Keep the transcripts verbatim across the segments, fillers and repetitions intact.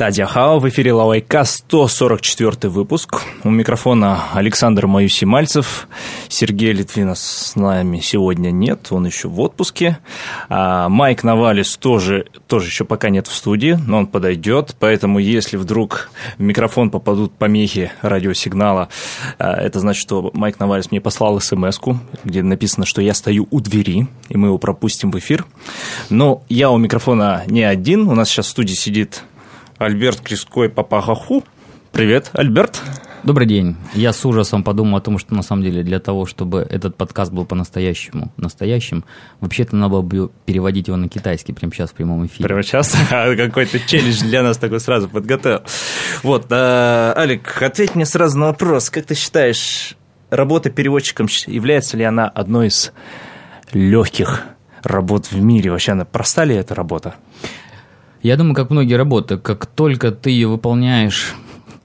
Тадьяхао, в эфире Лавайка, сто сорок четвёртый выпуск. У микрофона Александр Маюси-Мальцев. Сергей Литвинов с нами сегодня нет, он еще в отпуске. А Майк Навалис тоже, тоже еще пока нет в студии, но он подойдет. Поэтому если вдруг в микрофон попадут помехи радиосигнала, это значит, что Майк Навалис мне послал смс-ку, где написано, что я стою у двери, и мы его пропустим в эфир. Но я у микрофона не один, у нас сейчас в студии сидит Альберт Криской Папахаху. Привет, Альберт. Добрый день. Я с ужасом подумал о том, что на самом деле для того, чтобы этот подкаст был по-настоящему настоящим, вообще-то надо было бы переводить его на китайский прямо сейчас в прямом эфире. Прямо сейчас? Какой-то челлендж для нас такой сразу подготовил. Вот, Алик, ответь мне сразу на вопрос. Как ты считаешь, работа переводчиком, является ли она одной из легких работ в мире? Вообще, она проста ли эта работа? Я думаю, как многие работы, как только ты ее выполняешь,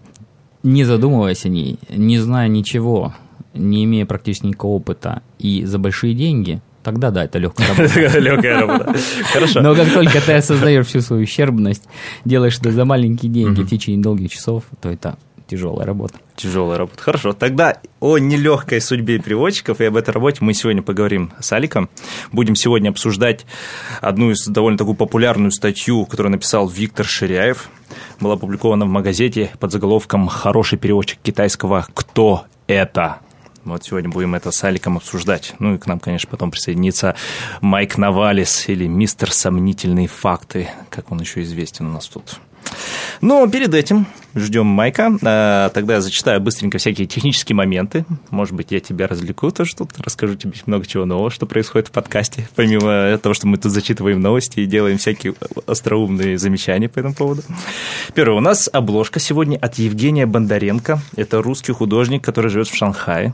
не задумываясь о ней, не зная ничего, не имея практически никакого опыта и за большие деньги, тогда да, это легкая работа. Легкая работа. Хорошо. Но как только ты осознаешь всю свою ущербность, делаешь это за маленькие деньги в течение долгих часов, то это тяжелая работа. Тяжелая работа. Хорошо. Тогда о нелегкой судьбе переводчиков и об этой работе мы сегодня поговорим с Аликом. Будем сегодня обсуждать одну из довольно такую популярную статью, которую написал Виктор Ширяев. Была опубликована в Магазете под заголовком «Хороший переводчик китайского. Кто это?». Вот сегодня будем это с Аликом обсуждать. Ну и к нам, конечно, потом присоединится Майк Навалис или мистер Сомнительные факты, как он еще известен у нас тут. Но перед этим ждем Майка. Тогда я зачитаю быстренько всякие технические моменты. Может быть, я тебя развлеку тоже тут, расскажу тебе много чего нового, что происходит в подкасте. Помимо того, что мы тут зачитываем новости и делаем всякие остроумные замечания по этому поводу. Первое. У нас обложка сегодня от Евгения Бондаренко. Это русский художник, который живет в Шанхае.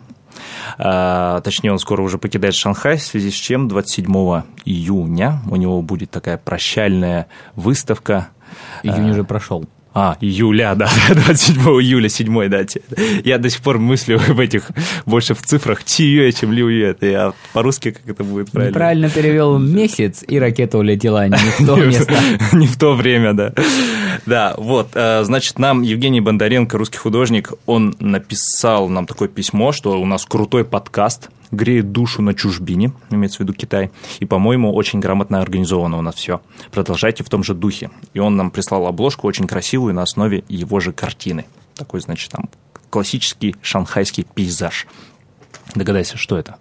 А, точнее, он скоро уже покидает Шанхай, в связи с чем двадцать седьмого июня у него будет такая прощальная выставка. Июнь уже прошел. А, июля, да, двадцать седьмого июля, седьмой дате. Я до сих пор мыслю в этих, больше в цифрах, тиюэ, чем лиуэ. Я по-русски как это будет правильно? Неправильно перевел месяц, и ракета улетела не в то место. Не в то время, да. Да, вот, значит, нам Евгений Бондаренко, русский художник, он написал нам такое письмо, что у нас крутой подкаст, греет душу на чужбине, имеется в виду Китай, и, по-моему, очень грамотно организовано у нас все. Продолжайте в том же духе. И он нам прислал обложку очень красивую на основе его же картины. Такой, значит, там классический шанхайский пейзаж. Догадайся, что это?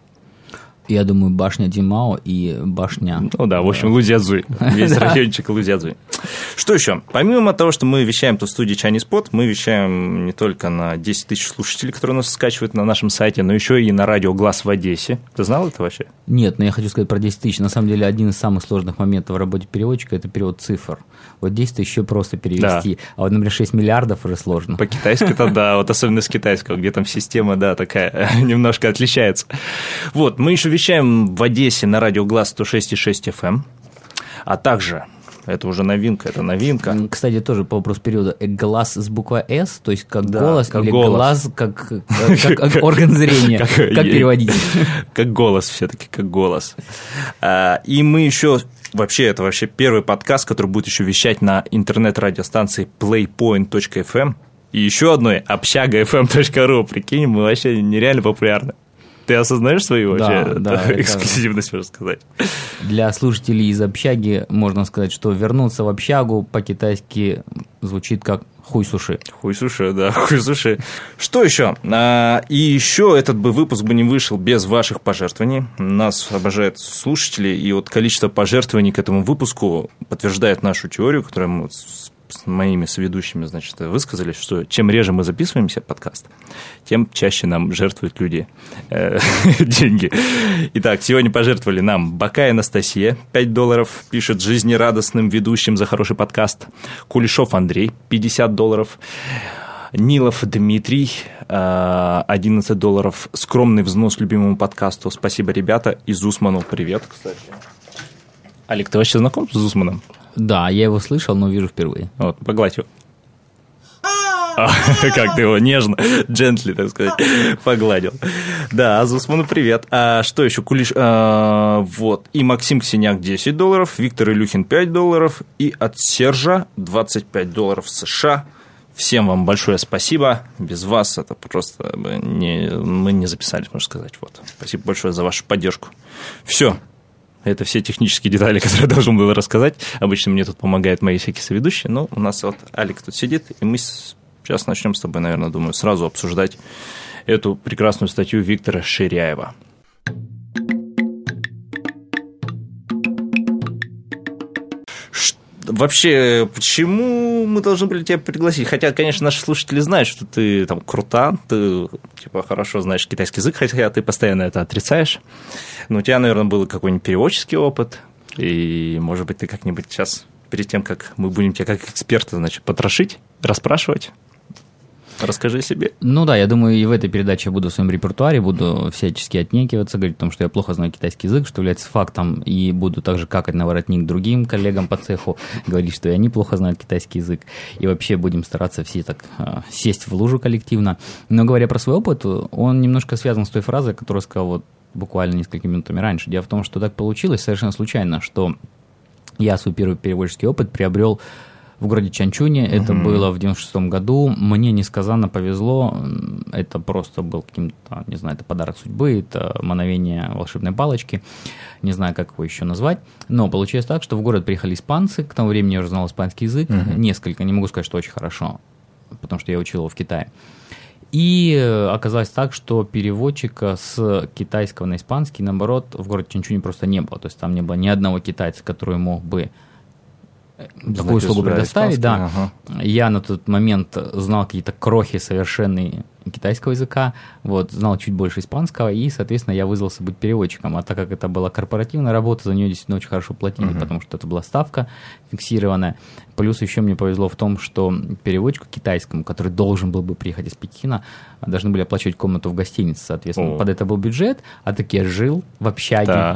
Я думаю, башня Димао и башня... Ну да, в общем, Лузядзуй. Весь райончик Лузядзуй. Что еще? Помимо того, что мы вещаем тут в студии Chinese Pod, мы вещаем не только на десять тысяч слушателей, которые нас скачивают на нашем сайте, но еще и на радио «Глаз в Одессе». Ты знал это вообще? Нет, но я хочу сказать про десять тысяч. На самом деле, один из самых сложных моментов в работе переводчика – это перевод цифр. Вот десять тысяч еще просто перевести, да. А вот, например, шесть миллиардов уже сложно. По-китайски-то да, вот особенно с китайского, где там система, да, такая немножко отличается. Вот, мы еще вещаем в Одессе на радио «Глаз» сто шесть и шесть эф эм, а также, это уже новинка, это новинка. Кстати, тоже по вопросу периода, глаз с буквой «С», то есть как да, голос, как или голос. Глаз как, как, как орган зрения, как, как переводить? Как голос все-таки, как голос. И мы еще... Вообще, это вообще первый подкаст, который будет еще вещать на интернет-радиостанции плейпоинт точка эф эм и еще одной общага эф эм точка ру. Прикинь, мы вообще нереально популярны. Ты осознаешь свою вообще да, да, эксклюзивность, можно сказать? Для слушателей из общаги можно сказать, что вернуться в общагу по-китайски звучит как хуй-суши. Хуй-суши, да, хуй-суши. Что еще? А, и еще этот бы выпуск бы не вышел без ваших пожертвований. Нас обожают слушатели, и вот количество пожертвований к этому выпуску подтверждает нашу теорию, которую мы с моими соведущими, значит, высказали, что чем реже мы записываемся подкаст, тем чаще нам жертвуют люди э, деньги. Итак, сегодня пожертвовали нам Бакай Анастасия, пять долларов, пишет жизнерадостным ведущим за хороший подкаст. Кулешов Андрей, пятьдесят долларов. Нилов Дмитрий, одиннадцать долларов. Скромный взнос любимому подкасту. Спасибо, ребята. И Зусману привет, кстати. Алик, ты вообще знаком с Зусманом? Да, я его слышал, но вижу впервые. Вот, погладь его. Как ты его нежно, джентли, так сказать, погладил. Да, Азусману привет. А что еще? Кулиш... А, вот. И Максим Ксеняк десять долларов, Виктор Илюхин пять долларов, и от Сержа двадцать пять долларов США. Всем вам большое спасибо. Без вас это просто не, мы не записались, можно сказать. Вот. Спасибо большое за вашу поддержку. Все. Это все технические детали, которые я должен был рассказать. Обычно мне тут помогают мои всякие соведущие, но у нас вот Алик тут сидит, и мы сейчас начнем с тобой, наверное, думаю, сразу обсуждать эту прекрасную статью Виктора Ширяева. Вообще, почему мы должны были тебя пригласить? Хотя, конечно, наши слушатели знают, что ты там крутан, ты типа хорошо знаешь китайский язык, хотя ты постоянно это отрицаешь. Но у тебя, наверное, был какой-нибудь переводческий опыт, и, может быть, ты как-нибудь сейчас, перед тем, как мы будем тебя как эксперта, значит, потрошить, расспрашивать, расскажи о себе. Ну да, я думаю, и в этой передаче я буду в своем репертуаре, буду всячески отнекиваться, говорить о том, что я плохо знаю китайский язык, что является фактом, и буду также какать на воротник другим коллегам по цеху, говорить, что и они плохо знают китайский язык, и вообще будем стараться все так э, сесть в лужу коллективно. Но говоря про свой опыт, он немножко связан с той фразой, которую сказал вот буквально несколькими минутами раньше. Дело в том, что так получилось совершенно случайно, что я свой первый переводческий опыт приобрел в городе Чанчуне. Это mm-hmm. было в девяносто шестом году. Мне несказанно повезло. Это просто был каким-то, не знаю, это подарок судьбы, это мановение волшебной палочки. Не знаю, как его еще назвать. Но получилось так, что в город приехали испанцы. К тому времени я уже знал испанский язык. Mm-hmm. Несколько, не могу сказать, что очень хорошо, потому что я учил его в Китае. И оказалось так, что переводчика с китайского на испанский, наоборот, в городе Чанчуне просто не было. То есть там не было ни одного китайца, который мог бы такую услугу предоставить. Да. Ага. Я на тот момент знал какие-то крохи совершенные китайского языка, вот, знал чуть больше испанского, и, соответственно, я вызвался быть переводчиком. А так как это была корпоративная работа, за нее действительно очень хорошо платили, uh-huh. потому что это была ставка фиксированная. Плюс еще мне повезло в том, что переводчику китайскому, который должен был бы приехать из Пекина, должны были оплачивать комнату в гостинице, соответственно. Oh. Под это был бюджет, а так я жил в общаге.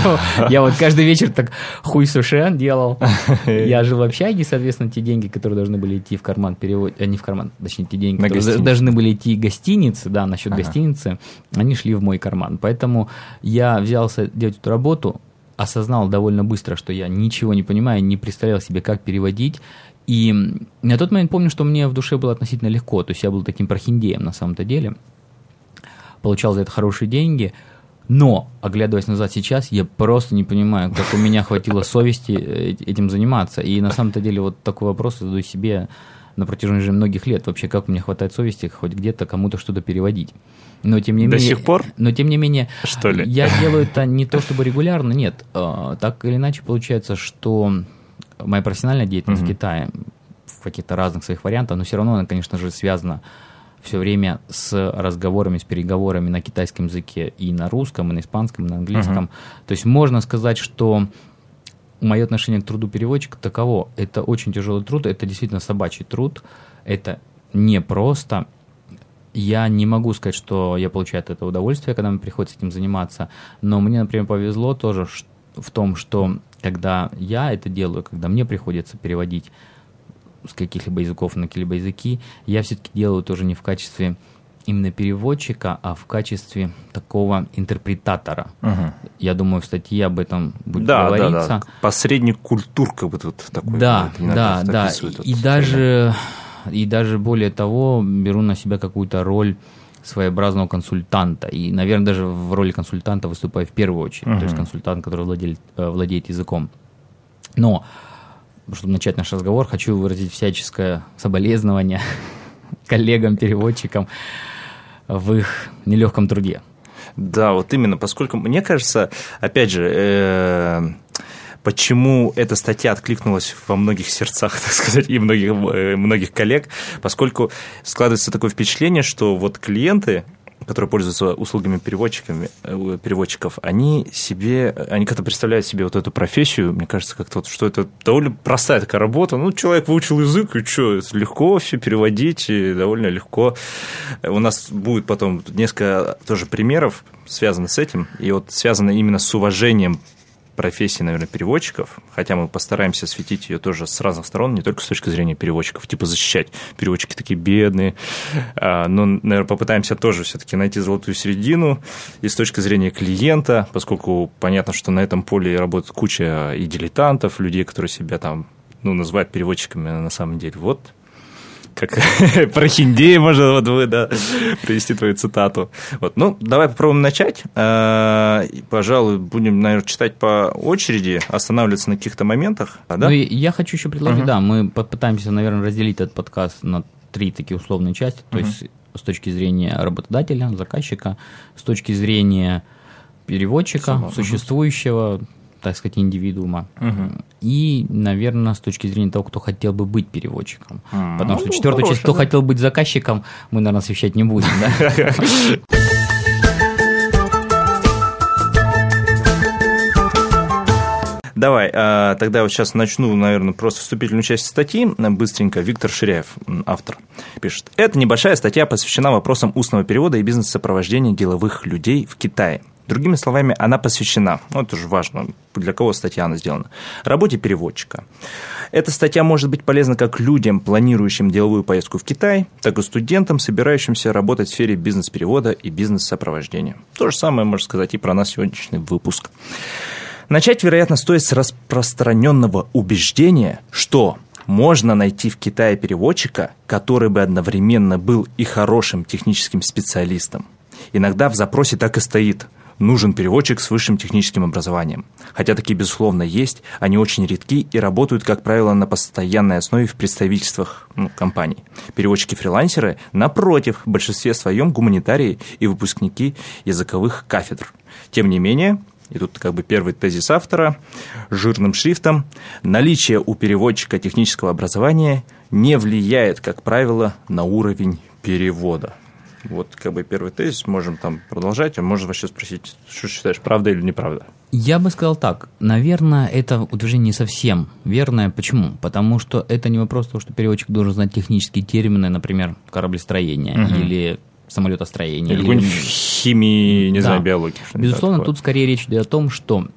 Я вот каждый вечер так хуй сушен делал. Я жил в общаге, соответственно, те деньги, которые должны были идти в карман переводчика, не в карман, точнее, те деньги, которые должны были идти гостиницы, да, насчет ага. гостиницы, они шли в мой карман. Поэтому я взялся делать эту работу, осознал довольно быстро, что я ничего не понимаю, не представлял себе, как переводить. И на тот момент помню, что мне в душе было относительно легко. То есть я был таким прохиндеем на самом-то деле. Получал за это хорошие деньги. Но, оглядываясь назад сейчас, я просто не понимаю, как у меня хватило совести этим заниматься. И на самом-то деле вот такой вопрос задаю себе на протяжении уже многих лет. Вообще, как мне хватает совести хоть где-то кому-то что-то переводить. Но тем не До менее, сих пор? Но тем не менее, что ли? Я делаю это не то чтобы регулярно, нет. Так или иначе получается, что моя профессиональная деятельность угу. в Китае в каких-то разных своих вариантах, но все равно она, конечно же, связана все время с разговорами, с переговорами на китайском языке и на русском, и на испанском, и на английском. Угу. То есть можно сказать, что мое отношение к труду переводчика таково. Это очень тяжелый труд, это действительно собачий труд, это непросто. Я не могу сказать, что я получаю от этого удовольствие, когда мне приходится этим заниматься, но мне, например, повезло тоже в том, что когда я это делаю, когда мне приходится переводить с каких-либо языков на какие-либо языки, я все-таки делаю тоже не в качестве именно переводчика, а в качестве такого интерпретатора. Угу. Я думаю, в статье об этом будет да, говориться. Да, да. Посредник культур, как бы тут такой. Да, да, да. И, и, даже, и даже более того, беру на себя какую-то роль своеобразного консультанта. И, наверное, даже в роли консультанта выступаю в первую очередь. Угу. То есть консультант, который владеет, владеет языком. Но, чтобы начать наш разговор, хочу выразить всяческое соболезнование коллегам-переводчикам в их нелегком труде. Да, вот именно, поскольку, мне кажется, опять же, э, почему эта статья откликнулась во многих сердцах, так сказать, и многих, э, многих коллег, поскольку складывается такое впечатление, что вот клиенты, которые пользуются услугами переводчиками, переводчиков, они себе, они как-то представляют себе вот эту профессию, мне кажется, как-то вот, что это довольно простая такая работа. Ну, человек выучил язык, и что, легко все переводить, и довольно легко. У нас будет потом несколько тоже примеров, связанных с этим, и вот связано именно с уважением профессии, наверное, переводчиков, хотя мы постараемся осветить ее тоже с разных сторон, не только с точки зрения переводчиков, типа защищать. Переводчики такие бедные, но, наверное, попытаемся тоже все-таки найти золотую середину и с точки зрения клиента, поскольку понятно, что на этом поле работает куча и дилетантов, людей, которые себя там, ну, называют переводчиками на самом деле. Вот. Как прохиндея, можно вот вы, да, привести твою цитату. Вот. Ну, давай попробуем начать. Пожалуй, будем, наверное, читать по очереди, останавливаться на каких-то моментах. Да? Ну, я хочу еще предложить, uh-huh. да, мы попытаемся, наверное, разделить этот подкаст на три такие условные части, то uh-huh. есть с точки зрения работодателя, заказчика, с точки зрения переводчика, Само. существующего, так сказать, индивидуума. Угу. И, наверное, с точки зрения того, кто хотел бы быть переводчиком. Mm, Потому что четвертую ну, часть, кто да. хотел быть заказчиком, мы, наверное, освещать не будем. Давай, тогда вот сейчас начну, наверное, просто вступительную часть статьи. Быстренько. Виктор Ширяев, автор, пишет. Эта небольшая статья посвящена вопросам устного перевода и бизнес-сопровождения деловых людей в Китае. Другими словами, она посвящена, ну, это же важно, для кого статья она сделана, работе переводчика. Эта статья может быть полезна как людям, планирующим деловую поездку в Китай, так и студентам, собирающимся работать в сфере бизнес-перевода и бизнес-сопровождения. То же самое можно сказать и про наш сегодняшний выпуск. Начать, вероятно, стоит с распространенного убеждения, что можно найти в Китае переводчика, который бы одновременно был и хорошим техническим специалистом. Иногда в запросе так и стоит: нужен переводчик с высшим техническим образованием. Хотя такие, безусловно, есть, они очень редки и работают, как правило, на постоянной основе в представительствах ну, компаний. Переводчики-фрилансеры, напротив, в большинстве своем гуманитарии и выпускники языковых кафедр. Тем не менее, и тут как бы первый тезис автора, жирным шрифтом, наличие у переводчика технического образования не влияет, как правило, на уровень перевода. Вот как бы первый тезис, можем там продолжать, а можно вообще спросить, что считаешь, правда или неправда? Я бы сказал так, наверное, это утверждение не совсем верное. Почему? Потому что это не вопрос того, что переводчик должен знать технические термины, например, кораблестроения угу. или самолетостроения. Или, или... химии, не да. знаю, биологии. Безусловно, тут скорее речь идет о том, что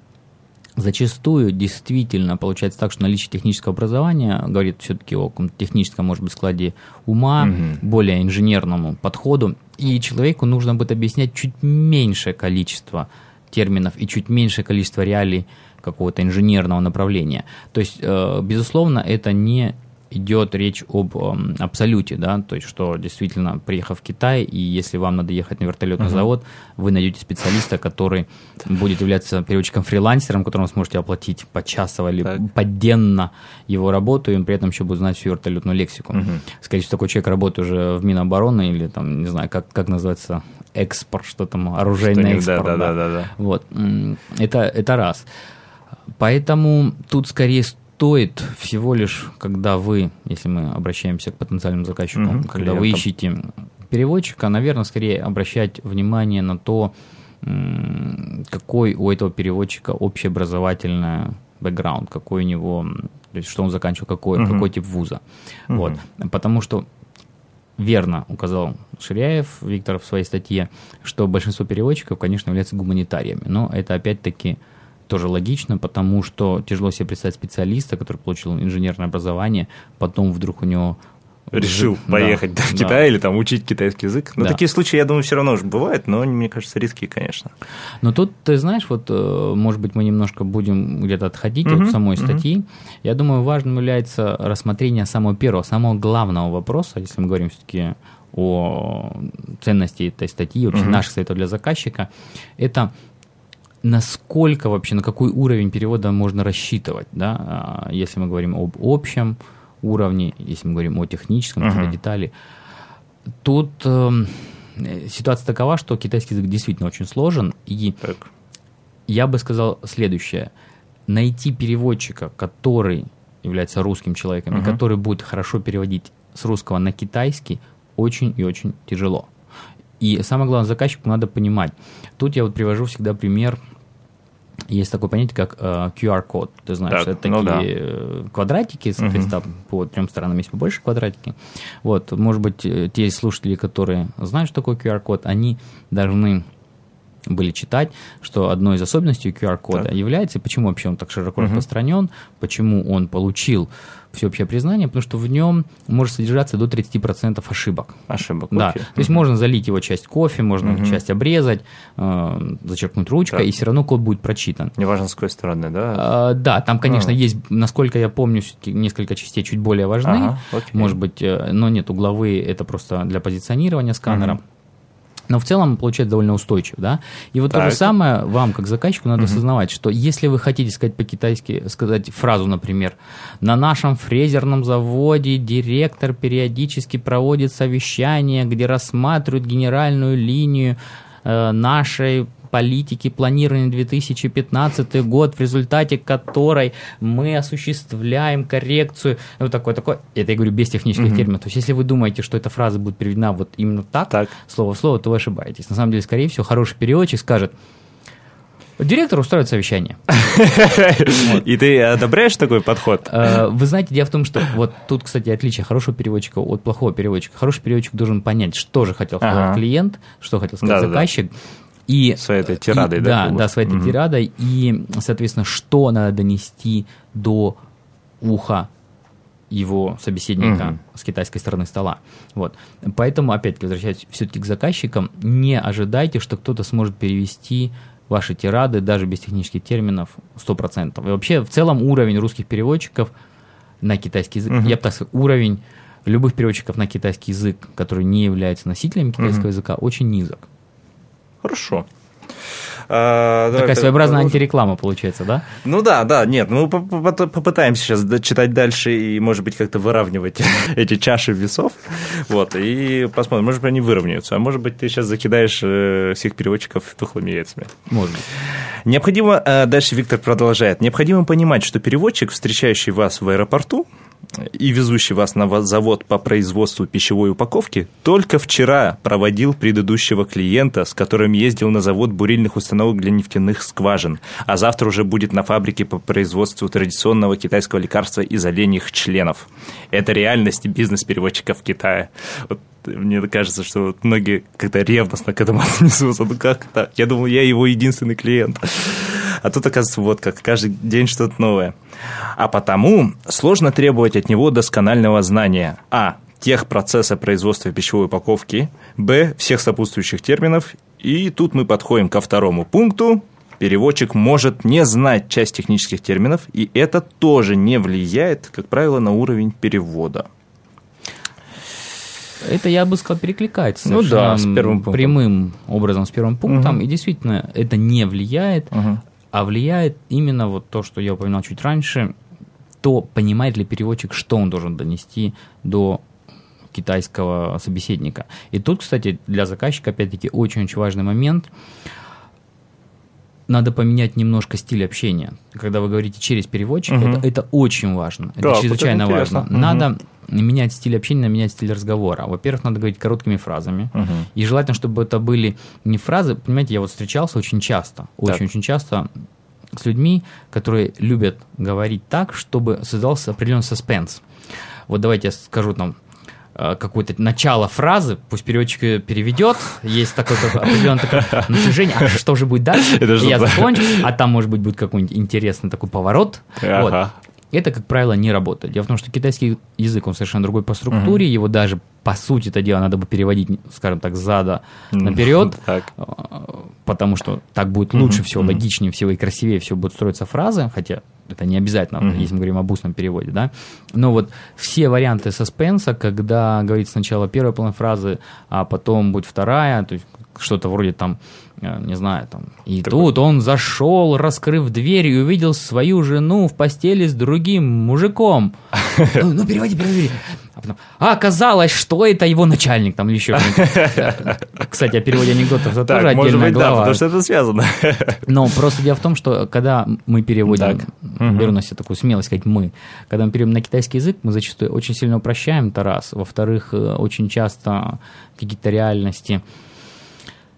зачастую действительно получается так, что наличие технического образования говорит все-таки о техническом, может быть, складе ума, угу. более инженерному подходу, и человеку нужно будет объяснять чуть меньшее количество терминов и чуть меньшее количество реалий какого-то инженерного направления. То есть, безусловно, это не идет речь об э, абсолюте, да, то есть, что действительно, приехав в Китай, и если вам надо ехать на вертолетный uh-huh. завод, вы найдете специалиста, который будет являться переводчиком-фрилансером, которому сможете оплатить почасово или так. подденно его работу, и он при этом еще будет знать всю вертолетную лексику. Uh-huh. Скорее всего, такой человек работает уже в Минобороны или там, не знаю, как, как называется, экспорт, что там, оружейный экспорт. Да, да, да, да, да. Вот. Это, это раз. Поэтому тут скорее стоит всего лишь, когда вы, если мы обращаемся к потенциальным заказчикам, mm-hmm, когда клиентам. Вы ищете переводчика, наверное, скорее обращать внимание на то, какой у этого переводчика общеобразовательный бэкграунд, какой у него, то есть что он заканчивал, какой, mm-hmm. какой тип вуза. Mm-hmm. Вот. Потому что верно указал Ширяев Виктор в своей статье, что большинство переводчиков, конечно, являются гуманитариями, но это опять-таки тоже логично, потому что тяжело себе представить специалиста, который получил инженерное образование, потом вдруг у него... Решил да, поехать да, в Китай да. или там учить китайский язык. Но да. такие случаи, я думаю, все равно уже бывают, но они, мне кажется, редкие, конечно. Но тут, ты знаешь, вот, может быть, мы немножко будем где-то отходить uh-huh, от самой uh-huh. статьи. Я думаю, важным является рассмотрение самого первого, самого главного вопроса, если мы говорим все-таки о ценности этой статьи, вообще uh-huh. наших советов для заказчика, это насколько вообще, на какой уровень перевода можно рассчитывать, да, если мы говорим об общем уровне, если мы говорим о техническом, uh-huh. о детали. Тут э, ситуация такова, что китайский язык действительно очень сложен, и так. я бы сказал следующее. Найти переводчика, который является русским человеком, uh-huh. и который будет хорошо переводить с русского на китайский, очень и очень тяжело. И самое главное, заказчику надо понимать. Тут я вот привожу всегда пример. Есть такое понятие, как э, ку ар-код. Ты знаешь, так, это ну такие да. квадратики, соответственно, uh-huh. по трем сторонам есть побольше квадратики. Вот, может быть, те слушатели, которые знают, что такое ку ар-код, они должны были читать, что одной из особенностей ку ар-кода так. является, и почему вообще он так широко угу. распространен, почему он получил всеобщее признание, потому что в нем может содержаться до тридцать процентов ошибок. Ошибок, да. окей. То есть можно залить его часть кофе, можно угу. часть обрезать, э, зачеркнуть ручкой, так. и все равно код будет прочитан. Неважно, с какой стороны, да? А, да, там, конечно, а. есть, насколько я помню, все-таки несколько частей чуть более важны. Ага, может быть, но нет, угловые это просто для позиционирования сканера. Угу. Но в целом получается довольно устойчив, да. И вот так. то же самое вам, как заказчику, надо угу. осознавать, что если вы хотите сказать по-китайски, сказать фразу, например, на нашем фрезерном заводе директор периодически проводит совещание, где рассматривают генеральную линию э, нашей политики планирования две тысячи пятнадцатый год, в результате которой мы осуществляем коррекцию. Вот такое, такое. Это я говорю без технических mm-hmm. терминов. То есть, если вы думаете, что эта фраза будет переведена вот именно так, так, слово в слово, то вы ошибаетесь. На самом деле, скорее всего, хороший переводчик скажет: директор устраивает совещание. И ты одобряешь такой подход? Вы знаете, дело в том, что вот тут, кстати, отличие хорошего переводчика от плохого переводчика. Хороший переводчик должен понять, что же хотел сказать клиент, что хотел сказать заказчик. И, своей этой тирадой, и, да? Да, да, своей этой угу. тирадой. И, соответственно, что надо донести до уха его собеседника угу. с китайской стороны стола. Вот. Поэтому, опять-таки, возвращаясь все-таки к заказчикам, не ожидайте, что кто-то сможет перевести ваши тирады даже без технических терминов сто процентов. И вообще, в целом, уровень русских переводчиков на китайский язык, угу. я бы так сказал, уровень любых переводчиков на китайский язык, который не является носителем китайского угу. языка, очень низок. Хорошо. А, Такая своеобразная продолжим. Антиреклама получается, да? Ну да, да, нет, мы попытаемся сейчас читать дальше и, может быть, как-то выравнивать эти чаши весов, вот, и посмотрим, может быть, они выровняются, а может быть, ты сейчас закидаешь всех переводчиков тухлыми яйцами. Может быть. Необходимо, дальше Виктор продолжает, необходимо понимать, что переводчик, встречающий вас в аэропорту, и везущий вас на завод по производству пищевой упаковки, только вчера проводил предыдущего клиента, с которым ездил на завод бурильных установок для нефтяных скважин, а завтра уже будет на фабрике по производству традиционного китайского лекарства из оленьих членов. Это реальность бизнес-переводчиков в Китае. Вот мне кажется, что вот многие как-то ревностно к этому отнесутся. Ну как так? Я думал, я его единственный клиент. А тут, оказывается, вот как каждый день что-то новое. А потому сложно требовать от него досконального знания а. тех процесса производства пищевой упаковки, б. всех сопутствующих терминов. И тут мы подходим ко второму пункту. Переводчик может не знать часть технических терминов, и это тоже не влияет, как правило, на уровень перевода. Это, я бы сказал, перекликается ну да, с первым прямым образом с первым пунктом, угу. и действительно это не влияет, угу. а влияет именно вот то, что я упоминал чуть раньше, то понимает ли переводчик, что он должен донести до китайского собеседника. И тут, кстати, для заказчика, опять-таки, очень-очень важный момент. Надо поменять немножко стиль общения. Когда вы говорите через переводчика, угу. это, это очень важно. Это да, чрезвычайно это важно. Угу. Надо менять стиль общения, менять стиль разговора. Во-первых, надо говорить короткими фразами. Угу. И желательно, чтобы это были не фразы. Понимаете, я вот встречался очень часто, очень-очень часто с людьми, которые любят говорить так, чтобы создался определенный саспенс. Вот давайте я скажу там какое-то начало фразы, пусть переводчик переведет, есть такое определенное такое напряжение, а что же будет дальше, и я закончу, а там, может быть, будет какой-нибудь интересный такой поворот. Ага. Вот. Это, как правило, не работает. Дело в том, что китайский язык, он совершенно другой по структуре, угу. его даже, по сути это дело, надо бы переводить, скажем так, зада наперед, так. потому что так будет лучше угу. всего, логичнее всего и красивее всего будут строиться фразы, хотя это не обязательно, угу. если мы говорим об устном переводе, да. Но вот все варианты саспенса, когда говорится сначала первая половина фразы, а потом будет вторая, то есть что-то вроде там, не знаю, там, и Такой. Тут он зашел, раскрыв дверь, и увидел свою жену в постели с другим мужиком. Ну, ну переводи, переводи. А потом, а оказалось, что это его начальник, там, или еще что-нибудь. Кстати, о переводе анекдотов это тоже отдельная глава. Да, потому что это связано. Но просто дело в том, что когда мы переводим, беру на себя такую смелость сказать «мы», когда мы переводим на китайский язык, мы зачастую очень сильно упрощаем, это раз. Во-вторых, очень часто какие-то реальности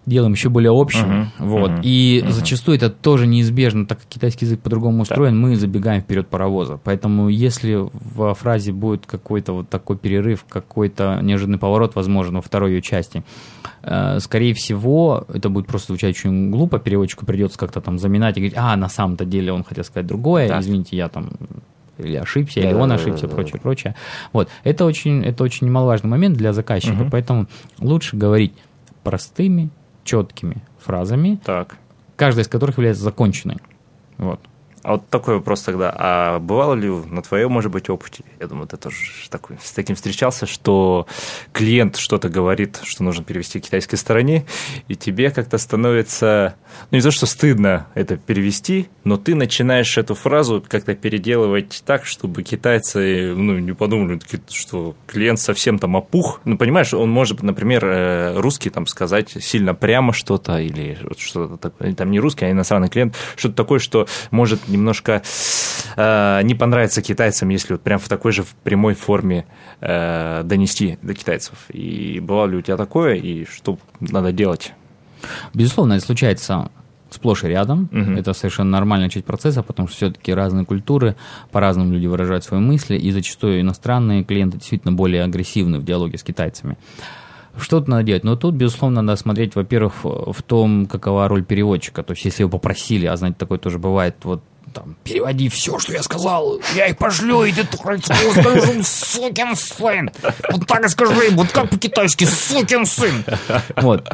делаем еще более общим. Uh-huh, вот. uh-huh, и uh-huh. зачастую это тоже неизбежно, так как китайский язык по-другому устроен, да. мы забегаем вперед паровоза. Поэтому если во фразе будет какой-то вот такой перерыв, какой-то неожиданный поворот, возможно, во второй ее части, э, скорее всего, это будет просто звучать очень глупо, переводчику придется как-то там заминать и говорить, а, на самом-то деле он хотел сказать другое, да. извините, я там... или ошибся, да, или он ошибся, да, прочее, да. прочее. Вот. Это очень, это очень немаловажный момент для заказчика, угу. поэтому лучше говорить простыми, четкими фразами, так. каждая из которых является законченной. Вот. А вот такой вопрос тогда. А бывало ли на твоем, может быть, опыте, я думаю, ты тоже такой, с таким встречался, что клиент что-то говорит, что нужно перевести к китайской стороне, и тебе как-то становится, ну не то, что стыдно это перевести, но ты начинаешь эту фразу как-то переделывать так, чтобы китайцы, ну, не подумали, что клиент совсем там опух. Ну, понимаешь, он может, например, русский там сказать сильно прямо что-то, или что-то такое, там не русский, а иностранный клиент, что-то такое, что может немножко э, не понравится китайцам, если вот прям в такой же в прямой форме э, донести до китайцев. И бывало ли у тебя такое, и что надо делать? Безусловно, это случается сплошь и рядом. Угу. Это совершенно нормальная часть процесса, потому что все-таки разные культуры, по-разному люди выражают свои мысли, и зачастую иностранные клиенты действительно более агрессивны в диалоге с китайцами. Что-то надо делать. Но тут, безусловно, надо смотреть, во-первых, в том, какова роль переводчика. То есть, если его попросили, а знаете, такое тоже бывает, вот там, переводи все, что я сказал, я их пошлю, и ты скажу, сукин сын. Вот так и скажи, вот как по-китайски, сукин сын. Вот.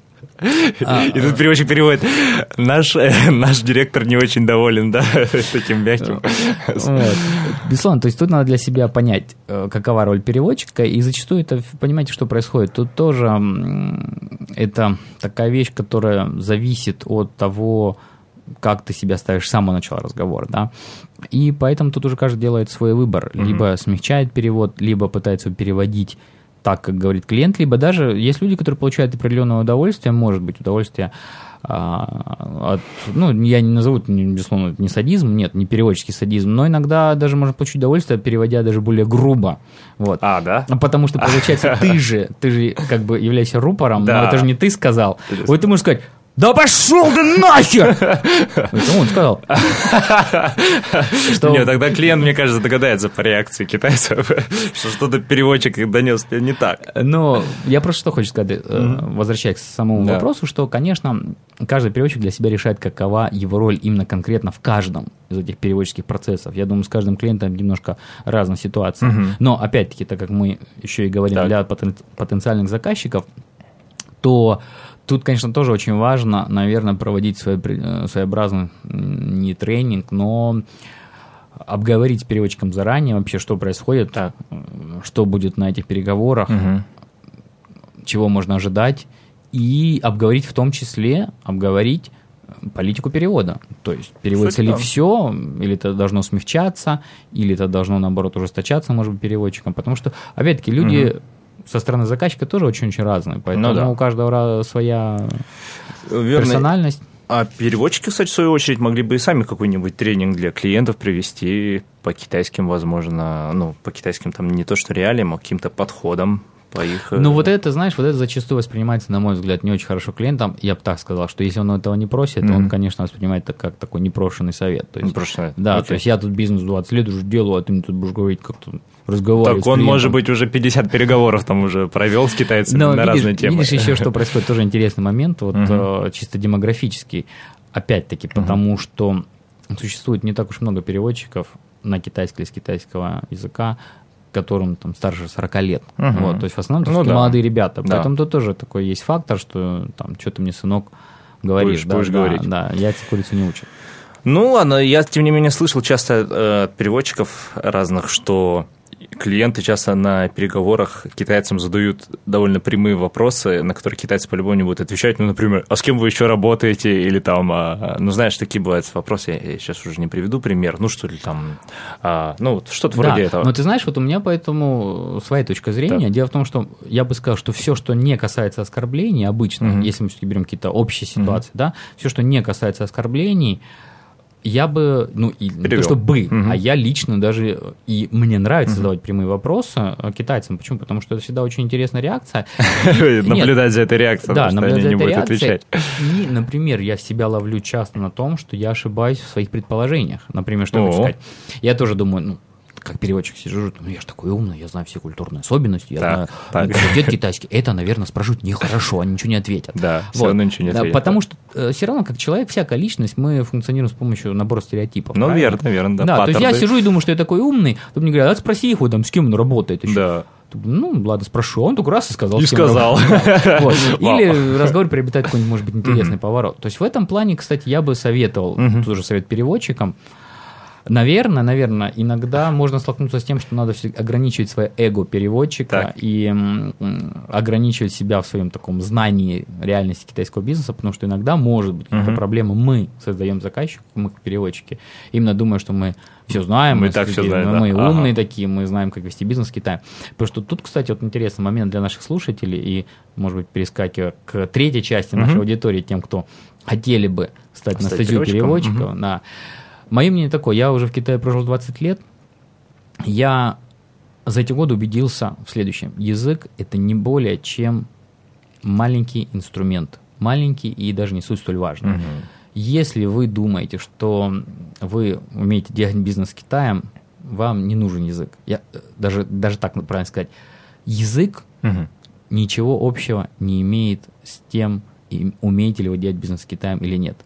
И тут переводчик переводит, наш, наш директор не очень доволен, да, таким мягким. Вот. Безусловно, то есть тут надо для себя понять, какова роль переводчика, и зачастую это, понимаете, что происходит. Тут тоже это такая вещь, которая зависит от того, как ты себя ставишь с самого начала разговора, да, и поэтому тут уже каждый делает свой выбор, mm-hmm. либо смягчает перевод, либо пытается переводить так, как говорит клиент, либо даже есть люди, которые получают определенное удовольствие, может быть, удовольствие а, от, ну, я не назову это, безусловно, не садизм, нет, не переводческий садизм, но иногда даже можно получить удовольствие, переводя даже более грубо. Вот. А, да? Потому что, получается, ты же, ты же как бы являешься рупором, да. но это же не ты сказал. Вот ты можешь сказать, да пошел ты нахер! Это он сказал. Нет, тогда клиент, мне кажется, догадается по реакции китайцев, что что-то переводчик донес не так. Но я просто что хочу сказать, возвращаясь к самому вопросу, что, конечно, каждый переводчик для себя решает, какова его роль именно конкретно в каждом из этих переводческих процессов. Я думаю, с каждым клиентом немножко разная ситуация. Но, опять-таки, так как мы еще и говорим для потенциальных заказчиков, то тут, конечно, тоже очень важно, наверное, проводить своеобразный не тренинг, но обговорить с переводчиком заранее вообще, что происходит, так. что будет на этих переговорах, угу. чего можно ожидать, и обговорить в том числе, обговорить политику перевода. То есть переводится ли все, или это должно смягчаться, или это должно, наоборот, ужесточаться, может быть, переводчиком. Потому что, опять-таки, люди... Угу. со стороны заказчика тоже очень-очень разные, поэтому ну, да. у каждого своя Верно. персональность. А переводчики, кстати, в свою очередь, могли бы и сами какой-нибудь тренинг для клиентов провести по китайским, возможно, ну, по китайским там не то что реалиям, а каким-то подходам. По их... Ну, вот это, знаешь, вот это зачастую воспринимается, на мой взгляд, не очень хорошо клиентам. Я бы так сказал, что если он этого не просит, mm-hmm. то он, конечно, воспринимает это как такой непрошенный совет. То есть, непрошенный. Да, okay. то есть я тут бизнес двадцать лет уже делаю, а ты мне тут будешь говорить, как-то разговаривать. Так он, может быть, уже пятьдесят переговоров там уже провел с китайцами Но на видишь, разные темы. Видишь еще, что происходит, тоже интересный момент, вот mm-hmm. чисто демографический, опять-таки, потому mm-hmm. что существует не так уж много переводчиков на китайский или с китайского языка, которым там старше сорока лет. Угу. Вот, то есть в основном ну, да. молодые ребята. Да. Поэтому тут тоже такой есть фактор, что там что ты мне, сынок, говоришь. Будешь, да, будешь да, говорить. Да, яйца курицу не учат. Ну ладно, я тем не менее слышал часто э, от переводчиков разных, что клиенты часто на переговорах китайцам задают довольно прямые вопросы, на которые китайцы по-любому не будут отвечать. Ну, например, а с кем вы еще работаете? Или там, а, ну, знаешь, такие бывают вопросы, я, я сейчас уже не приведу пример, ну, что ли там, а, ну, вот что-то вроде да, этого. Но ты знаешь, вот у меня поэтому своя точка зрения. Так. Дело в том, что я бы сказал, что все, что не касается оскорблений, обычно, mm-hmm. если мы все-таки берем какие-то общие ситуации, mm-hmm. да, все, что не касается оскорблений, я бы, ну, и не то, что бы, угу. а я лично даже, и мне нравится угу. задавать прямые вопросы китайцам. Почему? Потому что это всегда очень интересная реакция. Наблюдать за этой реакцией, да, потому что они не будут отвечать. И, например, я себя ловлю часто на том, что я ошибаюсь в своих предположениях. Например, что хочу сказать. Я тоже думаю, ну, как переводчик сижу, ну, я же такой умный, я знаю все культурные особенности, я так, знаю, дед китайский, это, наверное, спрашивают нехорошо, они ничего не ответят. Да, вот. все равно ничего не ответят. Потому что э, все равно, как человек, всякая личность, мы функционируем с помощью набора стереотипов. Ну, правильно? верно, верно, да. Да, Паттерны. то есть я сижу и думаю, что я такой умный, то мне говорят, а спроси их, там, с кем он работает еще. Да. Ну, ладно, спрошу. Он только раз и сказал. И сказал. Вот. Или разговор приобретает какой-нибудь, может быть, интересный поворот. То есть в этом плане, кстати, я бы советовал, тоже совет переводчикам, Наверное, наверное, иногда можно столкнуться с тем, что надо ограничивать свое эго переводчика так. и м, ограничивать себя в своем таком знании реальности китайского бизнеса, потому что иногда может быть какая-то uh-huh. проблема. Мы создаем заказчику, мы как переводчики, именно думая, что мы все знаем, мы, мы, так люди, все знаем, мы да. умные ага. такие, мы знаем, как вести бизнес в Китае. Потому что тут, кстати, вот интересный момент для наших слушателей и, может быть, перескакивая к третьей части uh-huh. нашей аудитории, тем, кто хотели бы стать, стать на статью переводчиков, uh-huh. на Мое мнение такое, я уже в Китае прожил двадцать лет, я за эти годы убедился в следующем. Язык – это не более чем маленький инструмент, маленький и даже не суть столь важный. Угу. Если вы думаете, что вы умеете делать бизнес с Китаем, вам не нужен язык. Я, даже, даже так правильно сказать. Язык угу. ничего общего не имеет с тем, умеете ли вы делать бизнес с Китаем или нет.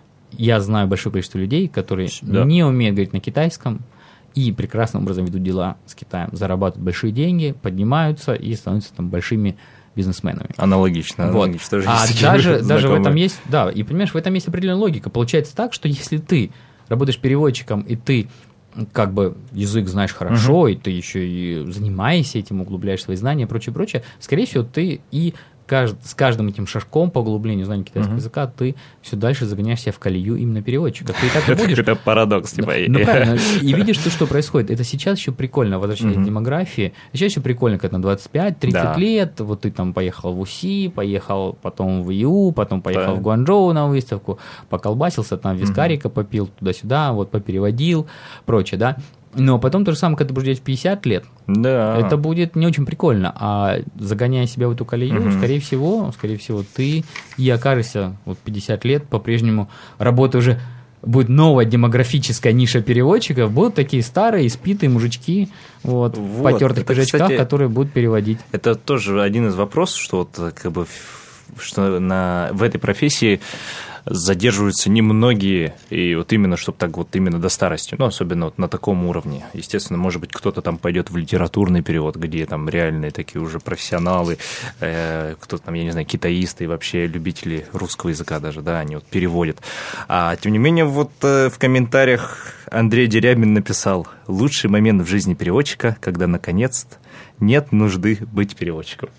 Я знаю большое количество людей, которые да. не умеют говорить на китайском и прекрасным образом ведут дела с Китаем, зарабатывают большие деньги, поднимаются и становятся там большими бизнесменами. Аналогично. Вот. аналогично тоже а даже, даже в этом есть, да, и понимаешь, в этом есть определенная логика. Получается так, что если ты работаешь переводчиком, и ты как бы язык знаешь хорошо, uh-huh. и ты еще и занимаешься этим, углубляешь свои знания, прочее, прочее, скорее всего, ты и с каждым этим шажком по углублению знания китайского uh-huh. языка ты все дальше загоняешь себя в колею именно переводчика. Ты и так и будешь. Это парадокс, типа. Ну, правильно. И видишь ты, что происходит. Это сейчас еще прикольно, возвращаясь uh-huh. к демографии. Сейчас еще прикольно, когда на двадцать пять тридцать да. лет, вот ты там поехал в УСИ, поехал потом в ИУ, потом поехал да. в Гуанчжоу на выставку, поколбасился, там вискарика uh-huh. попил, туда-сюда, вот попереводил, прочее, да. Но потом то же самое, когда ты будешь делать в пятьдесят лет, да. это будет не очень прикольно. А загоняя себя в эту колею, угу. скорее всего, скорее всего, ты и окажешься вот пятьдесят лет по-прежнему работа уже будет новая демографическая ниша переводчиков, будут такие старые, испитые мужички вот, вот, в потертых это, пиджачках, кстати, которые будут переводить. Это тоже один из вопросов, что вот как бы что на, в этой профессии задерживаются немногие, и вот именно, чтобы так вот именно до старости, ну, особенно вот на таком уровне. Естественно, может быть, кто-то там пойдет в литературный перевод, где там реальные такие уже профессионалы, э, кто-то там, я не знаю, китаисты и вообще любители русского языка даже, да, они вот переводят. А тем не менее, вот э, в комментариях Андрей Дерябин написал: «Лучший момент в жизни переводчика, когда, наконец-то, нет нужды быть переводчиком».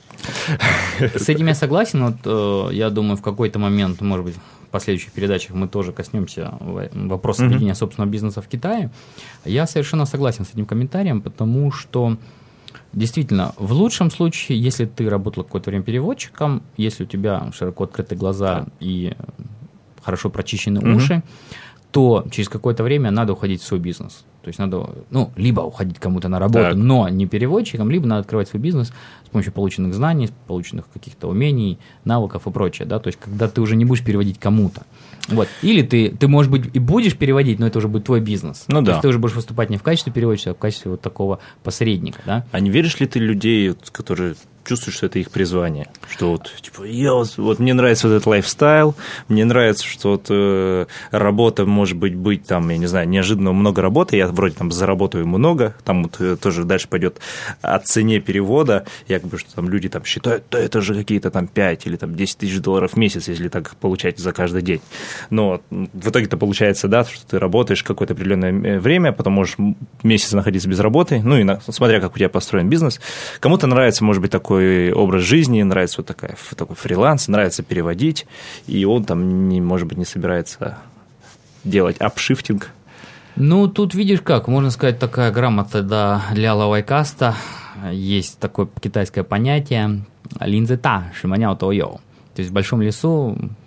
С этим я согласен. Вот, э, я думаю, в какой-то момент, может быть, в последующих передачах мы тоже коснемся вопроса mm-hmm. ведения собственного бизнеса в Китае. Я совершенно согласен с этим комментарием, потому что действительно, в лучшем случае, если ты работал какое-то время переводчиком, если у тебя широко открыты глаза yeah. и хорошо прочищены mm-hmm. уши, то через какое-то время надо уходить в свой бизнес. То есть надо, ну, либо уходить кому-то на работу, так. но не переводчиком, либо надо открывать свой бизнес с помощью полученных знаний, полученных каких-то умений, навыков и прочее, да, то есть когда ты уже не будешь переводить кому-то. Вот. Или ты, ты, может быть, и будешь переводить, но это уже будет твой бизнес. Ну, то да. есть ты уже будешь выступать не в качестве переводчика, а в качестве вот такого посредника, да. А не веришь ли ты людей, которые чувствуют, что это их призвание? Что вот, типа, я вот, вот мне нравится вот этот лайфстайл, мне нравится, что вот э, работа может быть, быть там, я не знаю, неожиданно много работы, я вроде там заработаю много, там вот э, тоже дальше пойдет о цене перевода, якобы, что там люди там считают, да это же какие-то там пять или там десять тысяч долларов в месяц, если так получать за каждый день. Но в итоге-то получается, да, что ты работаешь какое-то определенное время, потом можешь месяц находиться без работы, ну и на, смотря как у тебя построен бизнес. Кому-то нравится, может быть, такой образ жизни, нравится вот такая, такой фриланс, нравится переводить, и он там, не, может быть, не собирается делать апшифтинг. Ну, тут видишь как, можно сказать, такая грамота да, для лавайкаста, есть такое китайское понятие линзета, шиманяо тоё. То есть в большом лесу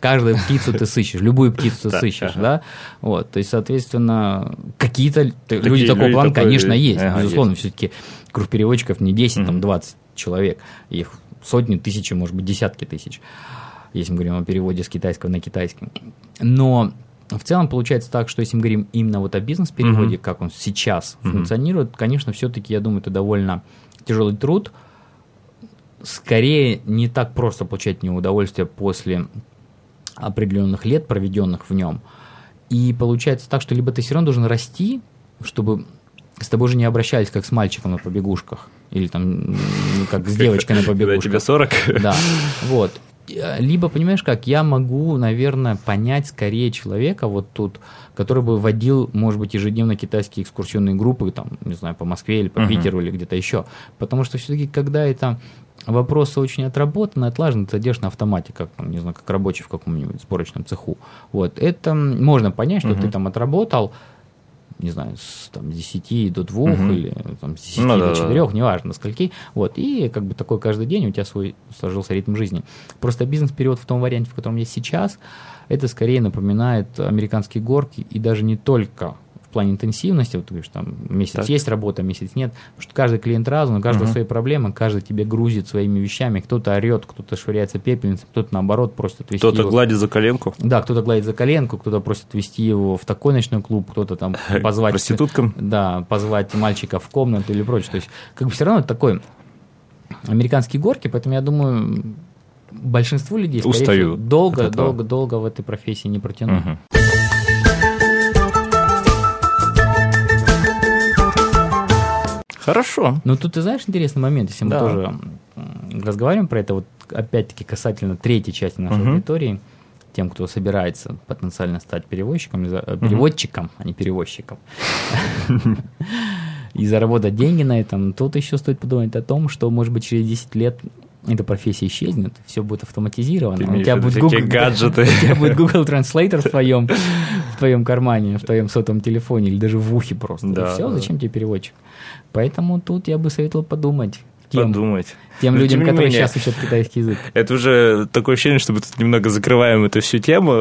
каждую птицу ты сыщешь, любую птицу ты сыщешь, да, вот, то есть, соответственно, какие-то люди такого плана, конечно, есть, безусловно, все-таки круг переводчиков не десять, там, двадцать человек, их сотни, тысячи, может быть, десятки тысяч, если мы говорим о переводе с китайского на китайский, но в целом получается так, что если мы говорим именно вот о бизнес-переводе, как он сейчас функционирует, конечно, все-таки, я думаю, это довольно тяжелый труд, скорее не так просто получать от него удовольствие после определенных лет, проведенных в нем. И получается так, что либо ты все равно должен расти, чтобы с тобой уже не обращались как с мальчиком на побегушках, или там как с девочкой на побегушках. Когда тебе сорок. Да, вот. Либо, понимаешь, как я могу, наверное, понять скорее человека вот тут, который бы водил, может быть, ежедневно китайские экскурсионные группы, там, не знаю, по Москве или по uh-huh. Питеру или где-то еще. Потому что все-таки, когда это вопросы очень отработаны, отлажены, ты делаешь на автомате, как, там, не знаю, как рабочий в каком-нибудь сборочном цеху. Вот. Это можно понять, что uh-huh. ты там отработал, не знаю, с там, десяти до двух uh-huh. или там, с десяти ну, до да, четырех, да. неважно, до скольки. Вот, и как бы такой каждый день у тебя свой сложился ритм жизни. Просто бизнес-период в том варианте, в котором есть сейчас, это скорее напоминает американские горки, и даже не только в плане интенсивности, вот ты говоришь, там месяц так. есть работа, месяц нет, потому что каждый клиент разный, у каждого uh-huh. свои проблемы, каждый тебе грузит своими вещами, кто-то орет, кто-то швыряется пепельницей, кто-то наоборот просит отвезти кто-то его. гладит за коленку. Да, кто-то гладит за коленку, кто-то просит отвезти его в такой ночной клуб, кто-то там позвать... Проституткам. Да, позвать мальчика в комнату или прочее. То есть, как бы все равно это такой американские горки, поэтому я думаю, большинству людей, скорее всего, долго, долго, долго в этой профессии не протянут. Uh-huh. Хорошо. Ну, тут, ты знаешь, интересный момент, если мы да. тоже разговариваем про это, вот опять-таки касательно третьей части нашей uh-huh. аудитории, тем, кто собирается потенциально стать переводчиком, uh-huh. переводчиком, а не перевозчиком, и заработать деньги на этом, тут еще стоит подумать о том, что, может быть, через десять лет эта профессия исчезнет, все будет автоматизировано. У тебя будет, Google, гаджеты. у тебя будет Google Translator в твоем, в твоем кармане, в твоем сотовом телефоне или даже в ухе просто. Да, и все, да. Зачем тебе переводчик? Поэтому тут я бы советовал подумать. Тем, подумать. Тем Но людям, тем которые менее, сейчас учат китайский язык. Это уже такое ощущение, что мы тут немного закрываем эту всю тему,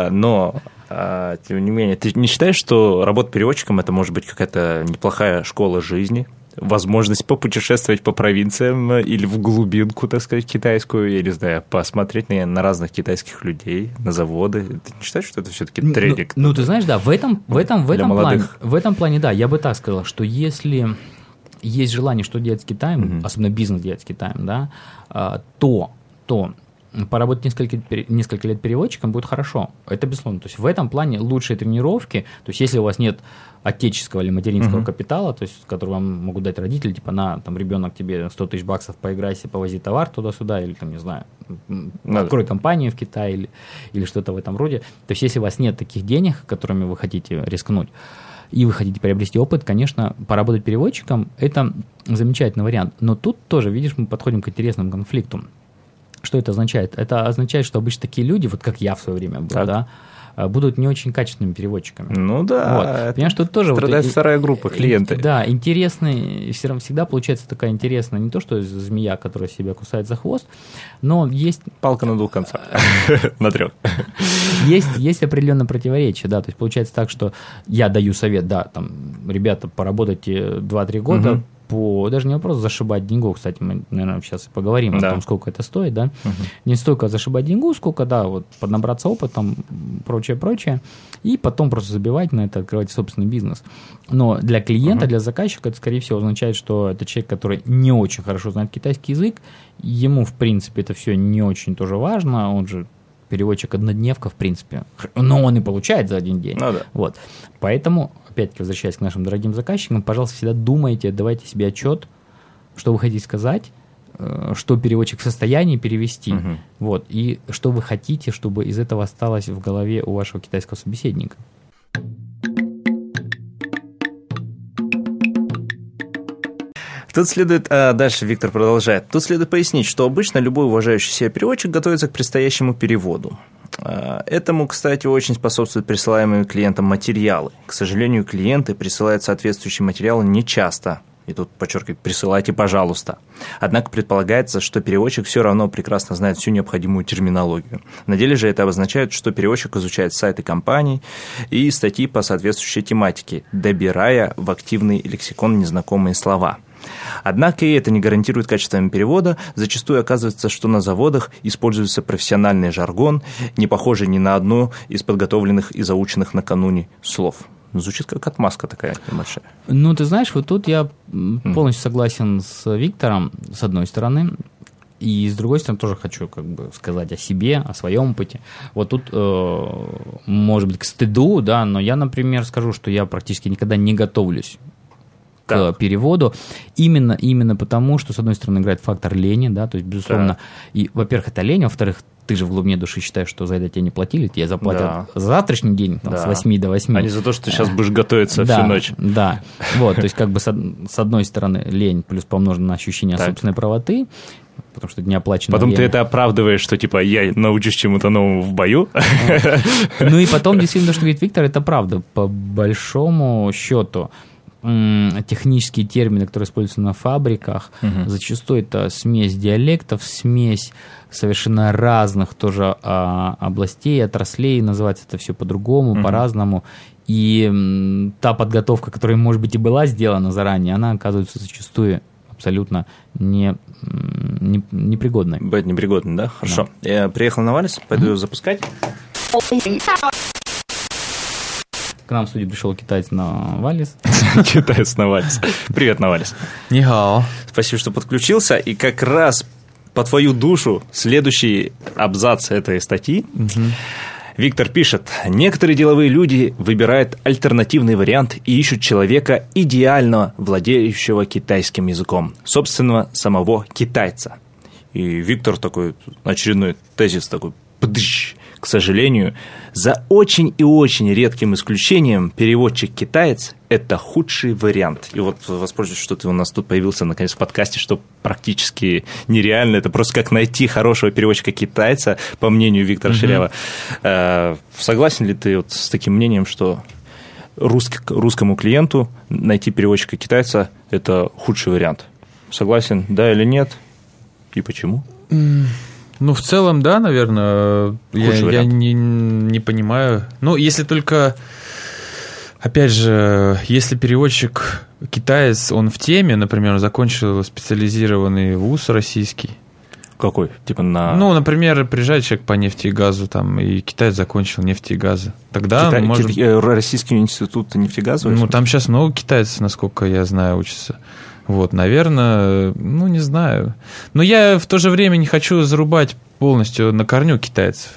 но, тем не менее, ты не считаешь, что работа переводчиком – это может быть какая-то неплохая школа жизни? Возможность попутешествовать по провинциям или в глубинку, так сказать, китайскую, я не знаю, посмотреть на, на разных китайских людей, на заводы. Ты не считаешь, что это все-таки тренинг? Ну, ну, ты знаешь, да, в этом, в этом, в этом плане, в этом плане, да, я бы так сказал, что если есть желание что делать с Китаем, mm-hmm. особенно бизнес делать с Китаем, да, то, то поработать несколько, несколько лет переводчиком будет хорошо. Это безусловно. То есть в этом плане лучшие тренировки, то есть если у вас нет отеческого или материнского uh-huh. капитала, то есть который вам могут дать родители, типа на, там, ребенок тебе сто тысяч баксов поиграйся, повози товар туда-сюда, или там, не знаю, Надо. открой компанию в Китае или, или что-то в этом роде. То есть если у вас нет таких денег, которыми вы хотите рискнуть, и вы хотите приобрести опыт, конечно, поработать переводчиком – это замечательный вариант. Но тут тоже, видишь, мы подходим к интересному конфликту. Что это означает? Это означает, что обычно такие люди, вот как я в свое время был, так. да, будут не очень качественными переводчиками. Ну да. Вот. Понимаешь, тут тоже... Страдает вот, вторая группа, клиенты. Да, интересный, всегда получается такая интересная, не то что змея, которая себя кусает за хвост, но есть... Палка на двух концах, на трех. Есть, есть определенное противоречие, да, то есть получается так, что я даю совет, да, там, ребята, поработайте два-три года, угу. по, даже не вопрос зашибать деньгу, кстати, мы, наверное, сейчас и поговорим да. о том, сколько это стоит, да, угу. не столько зашибать деньгу, сколько, да, вот, поднабраться опытом, прочее, прочее, и потом просто забивать на это, открывать собственный бизнес. Но для клиента, угу. для заказчика это, скорее всего, означает, что это человек, который не очень хорошо знает китайский язык, ему, в принципе, это все не очень тоже важно, он же переводчик-однодневка, в принципе, но он и получает за один день. Ну, да. Вот. Поэтому, опять-таки, возвращаясь к нашим дорогим заказчикам, пожалуйста, всегда думайте, давайте себе отчет, что вы хотите сказать, что переводчик в состоянии перевести, угу. вот, и что вы хотите, чтобы из этого осталось в голове у вашего китайского собеседника. Тут следует, а дальше Виктор продолжает, тут следует пояснить, что обычно любой уважающий себя переводчик готовится к предстоящему переводу. Этому, кстати, очень способствуют присылаемые клиентам материалы. К сожалению, клиенты присылают соответствующие материалы нечасто, И тут подчеркивает, присылайте, пожалуйста. Однако предполагается, что переводчик все равно прекрасно знает всю необходимую терминологию. На деле же это обозначает, что переводчик изучает сайты компаний и статьи по соответствующей тематике, добирая в активный лексикон незнакомые слова. Однако и это не гарантирует качественного перевода. Зачастую оказывается, что на заводах используется профессиональный жаргон, не похожий ни на одно из подготовленных и заученных накануне слов. Звучит как отмазка такая небольшая. Ну, ты знаешь, вот тут я полностью согласен с Виктором, с одной стороны, и с другой стороны тоже хочу как бы сказать о себе, о своем опыте. Вот тут, э, может быть, к стыду, да, но я, например, скажу, что я практически никогда не готовлюсь к так. переводу, именно, именно потому, что, с одной стороны, играет фактор лени, да, то есть, безусловно, так. и, во-первых, это лень, во-вторых, ты же в глубине души считаешь, что за это тебе не платили, тебе заплатят да. за завтрашний день там, да. с восьми до восьми. А не за то, что ты сейчас будешь готовиться да, всю ночь. Да, вот, то есть как бы с, с одной стороны лень плюс помножено на ощущение так. собственной правоты, потому что это не оплачено. Потом время. Ты это оправдываешь, что типа я научусь чему-то новому в бою. Ну и потом действительно, что говорит Виктор, это правда. По большому счету технические термины, которые используются на фабриках, угу. зачастую это смесь диалектов, смесь совершенно разных тоже а, областей, отраслей, называется это все по-другому, угу. по-разному. И м, та подготовка, которая, может быть, и была сделана заранее, она оказывается зачастую абсолютно не, не, непригодной. Бывает непригодной, да? Хорошо. Да. Я приехал на Валис, пойду ее запускать. К нам в студию пришел китаец на Валис. Китаец на Валис. Привет, Навалис. Нихао. Спасибо, что подключился. И как раз по твою душу следующий абзац этой статьи. Угу. Виктор пишет: некоторые деловые люди выбирают альтернативный вариант и ищут человека, идеально владеющего китайским языком, собственно, самого китайца. И Виктор такой, очередной тезис такой, пдыщ. К сожалению, за очень и очень редким исключением переводчик-китаец – это худший вариант. И вот воспользуюсь, что ты у нас тут появился наконец в подкасте, что практически нереально. Это просто как найти хорошего переводчика-китайца, по мнению Виктора mm-hmm. Ширяева. Э, согласен ли ты вот с таким мнением, что русский, русскому клиенту найти переводчика-китайца – это худший вариант? Согласен, да или нет? И почему? Mm. Ну, в целом, да, наверное. Я, я не, не понимаю. Ну, если только, опять же, если переводчик китаец, он в теме, например, закончил специализированный вуз российский. Какой? Типа на... Ну, например, приезжает человек по нефти и газу, там, и китаец закончил нефть и газы. Тогда Китай, может... Китай, Российский институт нефтегазовый? Ну, там сейчас много китайцев, насколько я знаю, учатся. Вот, наверное, ну, не знаю. Но я в то же время не хочу зарубать полностью на корню китайцев.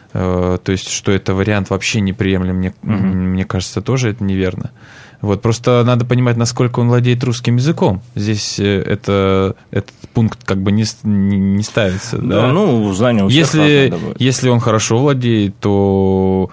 То есть, что это вариант вообще неприемлем, мне, угу. мне кажется, тоже это неверно. Вот, просто надо понимать, насколько он владеет русским языком. Здесь это, этот пункт как бы не, не, не ставится. Да, да? Ну, знание у всех если, разное, если он хорошо владеет, то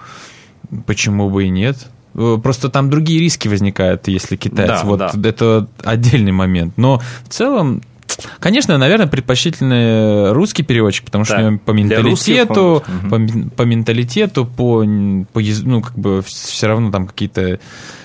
почему бы и нет? Просто там другие риски возникают, если китаец. Да, вот да. это отдельный момент. Но в целом, конечно, наверное, предпочтительный русский переводчик, потому что да. по менталитету, по, по менталитету, по, по ну, как бы все равно там какие-то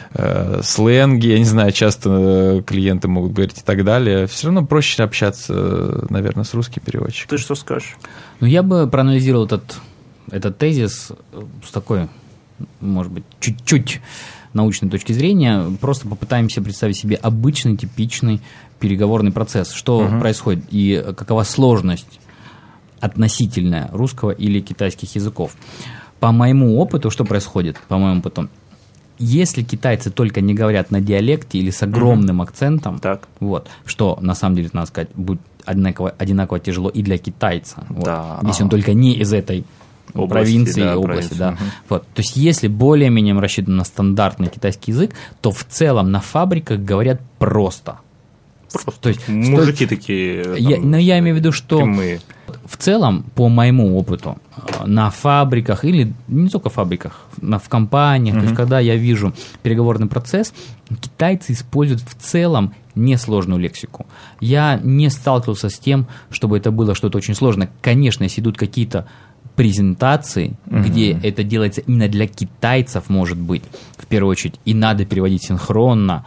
э, сленги, я не знаю, часто клиенты могут говорить и так далее. Все равно проще общаться, наверное, с русским переводчиком. Ты что скажешь? Ну, я бы проанализировал этот, этот тезис с такой, может быть, чуть-чуть научной точки зрения. Просто попытаемся представить себе обычный, типичный переговорный процесс. Что uh-huh. происходит и какова сложность относительная русского или китайских языков. По моему опыту, что происходит? По моему опыту, если китайцы только не говорят на диалекте или с огромным uh-huh. акцентом, так. вот, что на самом деле, надо сказать, будет одинаково, одинаково тяжело и для китайца. Да. Вот, если он только не из этой области, провинции, да, области, да. Угу. Вот. То есть, если более-менее рассчитан на стандартный китайский язык, то в целом на фабриках говорят просто. Просто. То есть, мужики сто... такие. Там, я, но я имею в виду, что прямые. В целом, по моему опыту, на фабриках или не только фабриках, на, в компаниях, угу. то есть, когда я вижу переговорный процесс, китайцы используют в целом несложную лексику. Я не сталкивался с тем, чтобы это было что-то очень сложное. Конечно, если идут какие-то презентации, mm-hmm. где это делается именно для китайцев, может быть, в первую очередь, и надо переводить синхронно,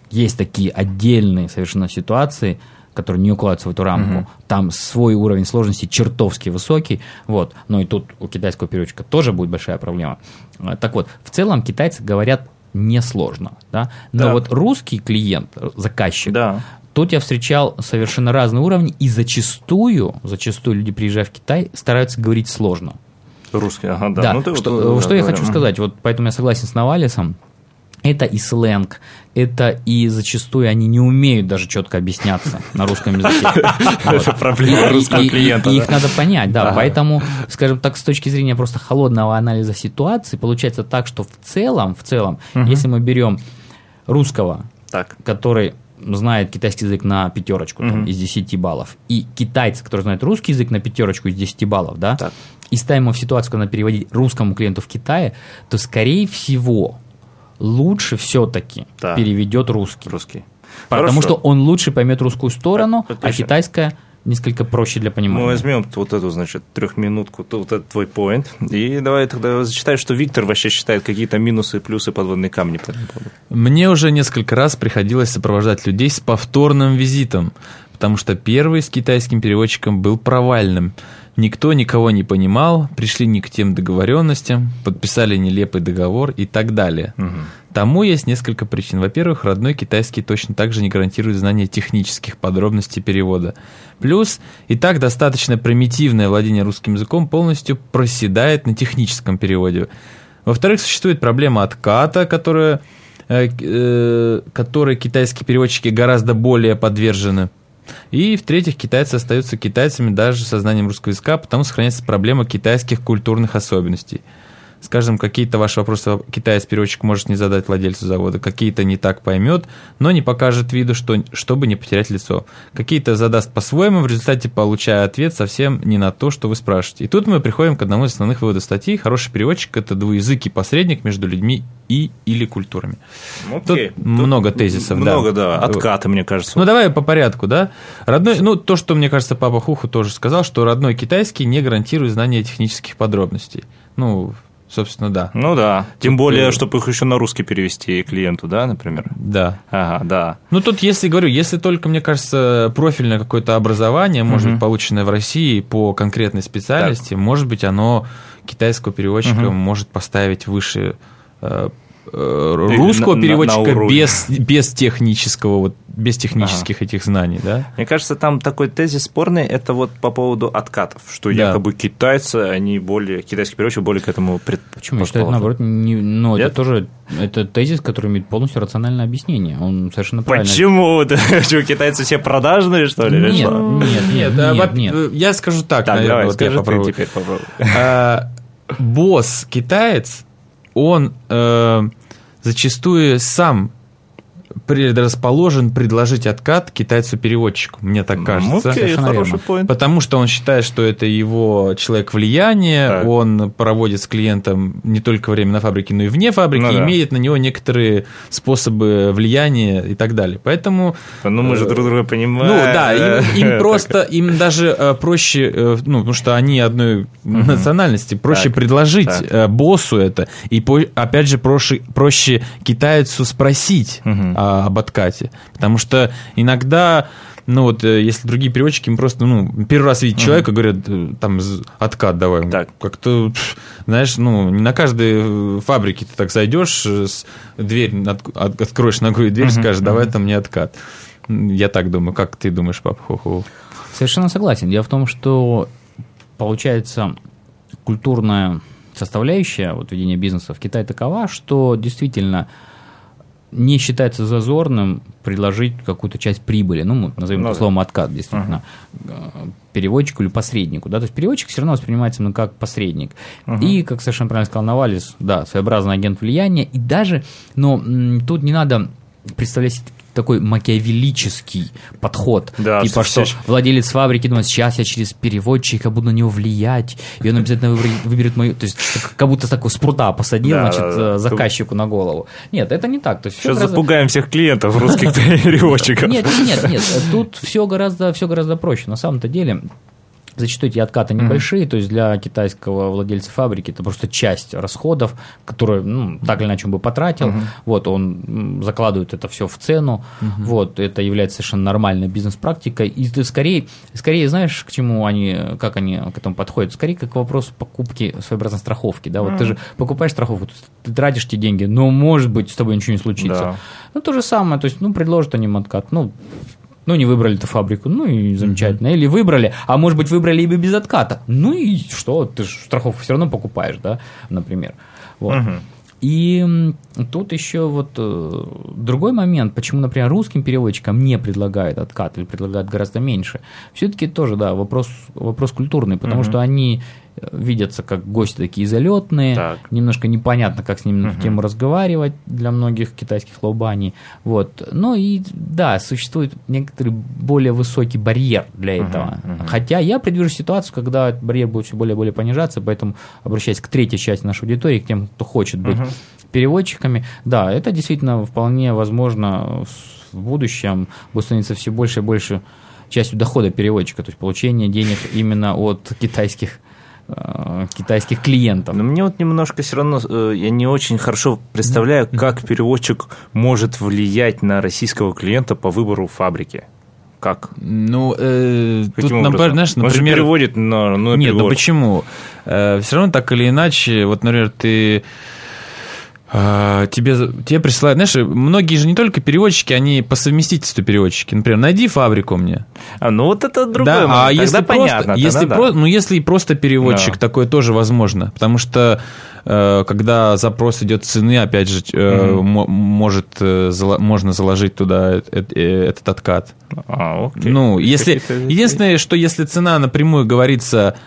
есть такие отдельные совершенно ситуации, которые не укладываются в эту рамку. Угу. Там свой уровень сложности чертовски высокий. Вот. Но и тут у китайского переводчика тоже будет большая проблема. Так вот, в целом китайцы говорят несложно. Да? Но да. вот русский клиент, заказчик, да. тут я встречал совершенно разные уровни, и зачастую, зачастую люди, приезжая в Китай, стараются говорить сложно. Русский, ага, да. да. Ну, ты что вот, да, что да, я да, хочу да. сказать, вот поэтому я согласен с Навалисом. Это и сленг, это и зачастую они не умеют даже четко объясняться на русском языке. Это проблема русского клиента. И их надо понять, да. Поэтому, скажем так, с точки зрения просто холодного анализа ситуации, получается так, что в целом, в целом, если мы берем русского, который знает китайский язык на пятерочку из десяти баллов, и китайца, который знает русский язык на пятерочку из десяти баллов, да, и ставим его в ситуацию, когда надо переводить русскому клиенту в Китае, то, скорее всего, лучше все-таки да. переведет русский. русский. Потому Хорошо. что он лучше поймет русскую сторону, Отлично. а китайская несколько проще для понимания. Мы возьмем вот эту, значит, трехминутку, вот этот твой поинт, и давай тогда зачитай, что Виктор вообще считает какие-то минусы и плюсы подводные камни по этому поводу. Мне уже несколько раз приходилось сопровождать людей с повторным визитом, потому что первый с китайским переводчиком был провальным. Никто никого не понимал, пришли не к тем договоренностям, подписали нелепый договор и так далее. Угу. Тому есть несколько причин. Во-первых, родной китайский точно так же не гарантирует знание технических подробностей перевода. Плюс и так достаточно примитивное владение русским языком полностью проседает на техническом переводе. Во-вторых, существует проблема отката, которая, э, э, которой китайские переводчики гораздо более подвержены. И, в-третьих, китайцы остаются китайцами даже со знанием русского языка, потому сохраняется проблема китайских культурных особенностей. Скажем, какие-то ваши вопросы китаец-переводчик может не задать владельцу завода, какие-то не так поймет, но не покажет виду, что, чтобы не потерять лицо. Какие-то задаст по-своему, в результате получая ответ совсем не на то, что вы спрашиваете. И тут мы приходим к одному из основных выводов статьи. Хороший переводчик – это двуязыкий посредник между людьми и или культурами. Окей. Тут, Тут много тезисов. Много, да. да, откаты, мне кажется. Ну, давай по порядку, да. Родной, ну, то, что, мне кажется, папа Хуху тоже сказал, что родной китайский не гарантирует знание технических подробностей. Ну, собственно, да. Ну да. Тем тут, более, чтобы их еще на русский перевести клиенту, да, например? Да. Ага, да. Ну, тут, если говорю, если только, мне кажется, профильное какое-то образование, угу. может быть, полученное в России по конкретной специальности, так. может быть, оно китайского переводчика угу. может поставить выше э, э, русского на, переводчика на, на без, без технического, вот, без технических ага. этих знаний, да? Мне кажется, там такой тезис спорный, это вот по поводу откатов, что да. якобы китайцы, они более, китайский переводчик более к этому предпочитают. Почему? Я считаю, наоборот, не, ну, это тоже, это тезис, который имеет полностью рациональное объяснение, он совершенно правильный. Почему? Что, китайцы все продажные, что ли? Нет, нет, нет, нет, нет, нет. Я скажу так, так наверное, давай, вот скажи я попробую. Ты теперь попробуй. А, босс китаец, он э, зачастую сам предрасположен предложить откат китайцу-переводчику, мне так кажется. Окей, хороший поинт. Потому что он считает, что это его человек влияния, так. он проводит с клиентом не только время на фабрике, но и вне фабрики, ну, да. имеет на него некоторые способы влияния и так далее. Поэтому... Ну, мы же друг друга понимаем. Ну, да, им, им просто, им даже проще, ну, потому что они одной угу. национальности, проще так. предложить так. боссу это, и, опять же, проще, проще китайцу спросить угу. об откате. Потому что иногда, ну вот, если другие переводчики, им просто, ну, первый раз видят человека, говорят, там, откат давай. Так. Как-то, знаешь, ну, не на каждой фабрике ты так зайдешь, дверь, откроешь ногой дверь, uh-huh. скажешь, давай uh-huh. там мне откат. Я так думаю. Как ты думаешь, папа Хуху? Совершенно согласен. Дело в том, что, получается, культурная составляющая вот, ведения бизнеса в Китае такова, что действительно не считается зазорным предложить какую-то часть прибыли, ну, мы назовем это словом откат, действительно, uh-huh. переводчику или посреднику, да, то есть переводчик все равно воспринимается ну, как посредник. Uh-huh. И, как совершенно правильно сказал Навалис, да, своеобразный агент влияния, и даже, но м, тут не надо представлять такой макиавеллический подход, да, типа что, что владелец фабрики думает, сейчас я через переводчика буду на него влиять, и он обязательно выберет, выберет мою, то есть как будто такой спрута посадил, да, значит, да, да. заказчику на голову. Нет, это не так. То есть сейчас запугаем гораздо... всех клиентов русских переводчиков. Нет, нет, нет, тут все гораздо, все гораздо проще. На самом-то деле зачастую эти откаты небольшие, mm-hmm. то есть для китайского владельца фабрики это просто часть расходов, которую, ну, так или иначе он бы потратил, mm-hmm. вот, он закладывает это все в цену, mm-hmm. вот, это является совершенно нормальной бизнес-практикой, и ты скорее, скорее, знаешь, к чему они, как они к этому подходят, скорее как к вопросу покупки своеобразной страховки, да, вот mm-hmm. ты же покупаешь страховку, ты тратишь те деньги, но, может быть, с тобой ничего не случится, да. ну, то же самое, то есть, ну, предложат они им откат, ну, Ну, не выбрали эту фабрику, ну и замечательно. Mm-hmm. Или выбрали, а может быть, выбрали и без отката. Ну и что, ты же страховку все равно покупаешь, да, например. Вот. Mm-hmm. И тут еще вот другой момент, почему, например, русским переводчикам не предлагают откат или предлагают гораздо меньше. Все-таки тоже, да, вопрос, вопрос культурный, потому mm-hmm. что они видятся как гости такие залетные, так. немножко непонятно, как с ними на эту uh-huh. тему разговаривать для многих китайских лаобаней. Вот. Ну и да, существует некоторый более высокий барьер для этого. Uh-huh. Uh-huh. Хотя я предвижу ситуацию, когда барьер будет все более и более понижаться, поэтому обращаясь к третьей части нашей аудитории, к тем, кто хочет быть uh-huh. переводчиками, да, это действительно вполне возможно в будущем будет становиться все больше и больше частью дохода переводчика, то есть получение денег именно от китайских китайских клиентов. Но мне вот немножко все равно, я не очень хорошо представляю, как переводчик может влиять на российского клиента по выбору фабрики. Как? Ну, э, тут, например, знаешь, например... Он же переводит на, на Нет, перевод. ну почему? Э, все равно так или иначе, вот, например, ты... Тебе, тебе присылают, знаешь, многие же не только переводчики, они по совместительству переводчики. Например, найди фабрику мне. А, ну вот это другое. Да, а если понятно, просто, если да. про, ну если просто переводчик, да. такое тоже возможно, потому что э, когда запрос идет цены, опять же, э, mm-hmm. м- может э, зало, можно заложить туда э, э, этот откат. А, окей. Ну, если единственное, что если цена напрямую говорится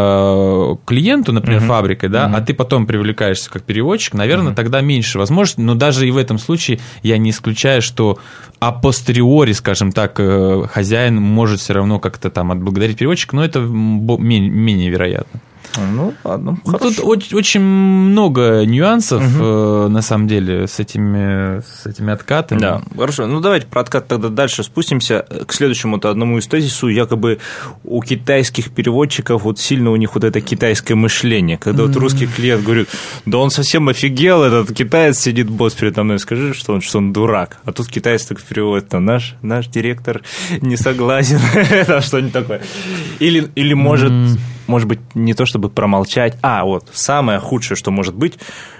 э, клиенту, например, mm-hmm. фабрикой, да, mm-hmm. а ты потом привлекаешься как переводчик, наверное, mm-hmm. тогда меньше возможностей, но даже и в этом случае я не исключаю, что апостериори, скажем так, хозяин может все равно как-то там отблагодарить переводчика, но это менее вероятно. Ну, ладно. Тут очень, очень много нюансов, угу. на самом деле, с этими, с этими откатами. Да, хорошо. Ну, давайте про откат тогда дальше спустимся к следующему одному из тезису. Якобы у китайских переводчиков вот сильно у них вот это китайское мышление. Когда вот русский клиент говорит, да он совсем офигел, этот китаец сидит, босс передо мной, скажи, что он, что он дурак. А тут китаец так переводит, там, наш, наш директор не согласен, это что-нибудь такое. Или, или может... может быть, не то чтобы промолчать, а вот самое худшее, что может быть,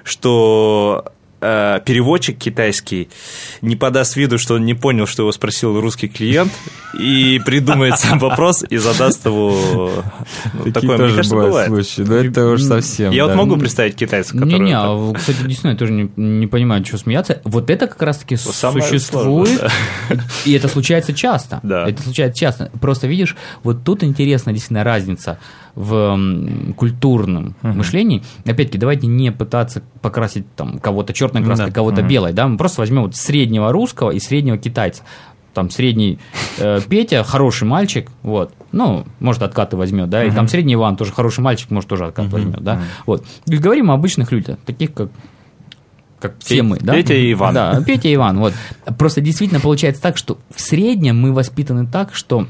что э, переводчик китайский не подаст виду, что он не понял, что его спросил русский клиент, и придумает сам вопрос и задаст его... Такие такое, тоже мне кажется, бывает. Случаи, но это уж совсем. Я да. вот могу представить китайца, который... Не-не, а, кстати, действительно, я тоже не, не понимаю, чего смеяться. Вот это как раз-таки Самое существует, сложное, да. И это случается часто. Да. Это случается часто. Просто видишь, вот тут интересна действительно разница в культурном uh-huh. мышлении. Опять-таки, давайте не пытаться покрасить там, кого-то черной краской, да. кого-то uh-huh. белой. Да? Мы просто возьмем вот среднего русского и среднего китайца. Там средний э, Петя, хороший мальчик, вот, ну, может, откаты возьмет, да, uh-huh. и там средний Иван, тоже хороший мальчик, может, тоже откат uh-huh. возьмет, да, uh-huh. вот. И говорим о обычных людях, таких как как все мы, да? Петя и Иван. Да, Петя и Иван, вот. Просто действительно получается так, что в среднем мы воспитаны так, что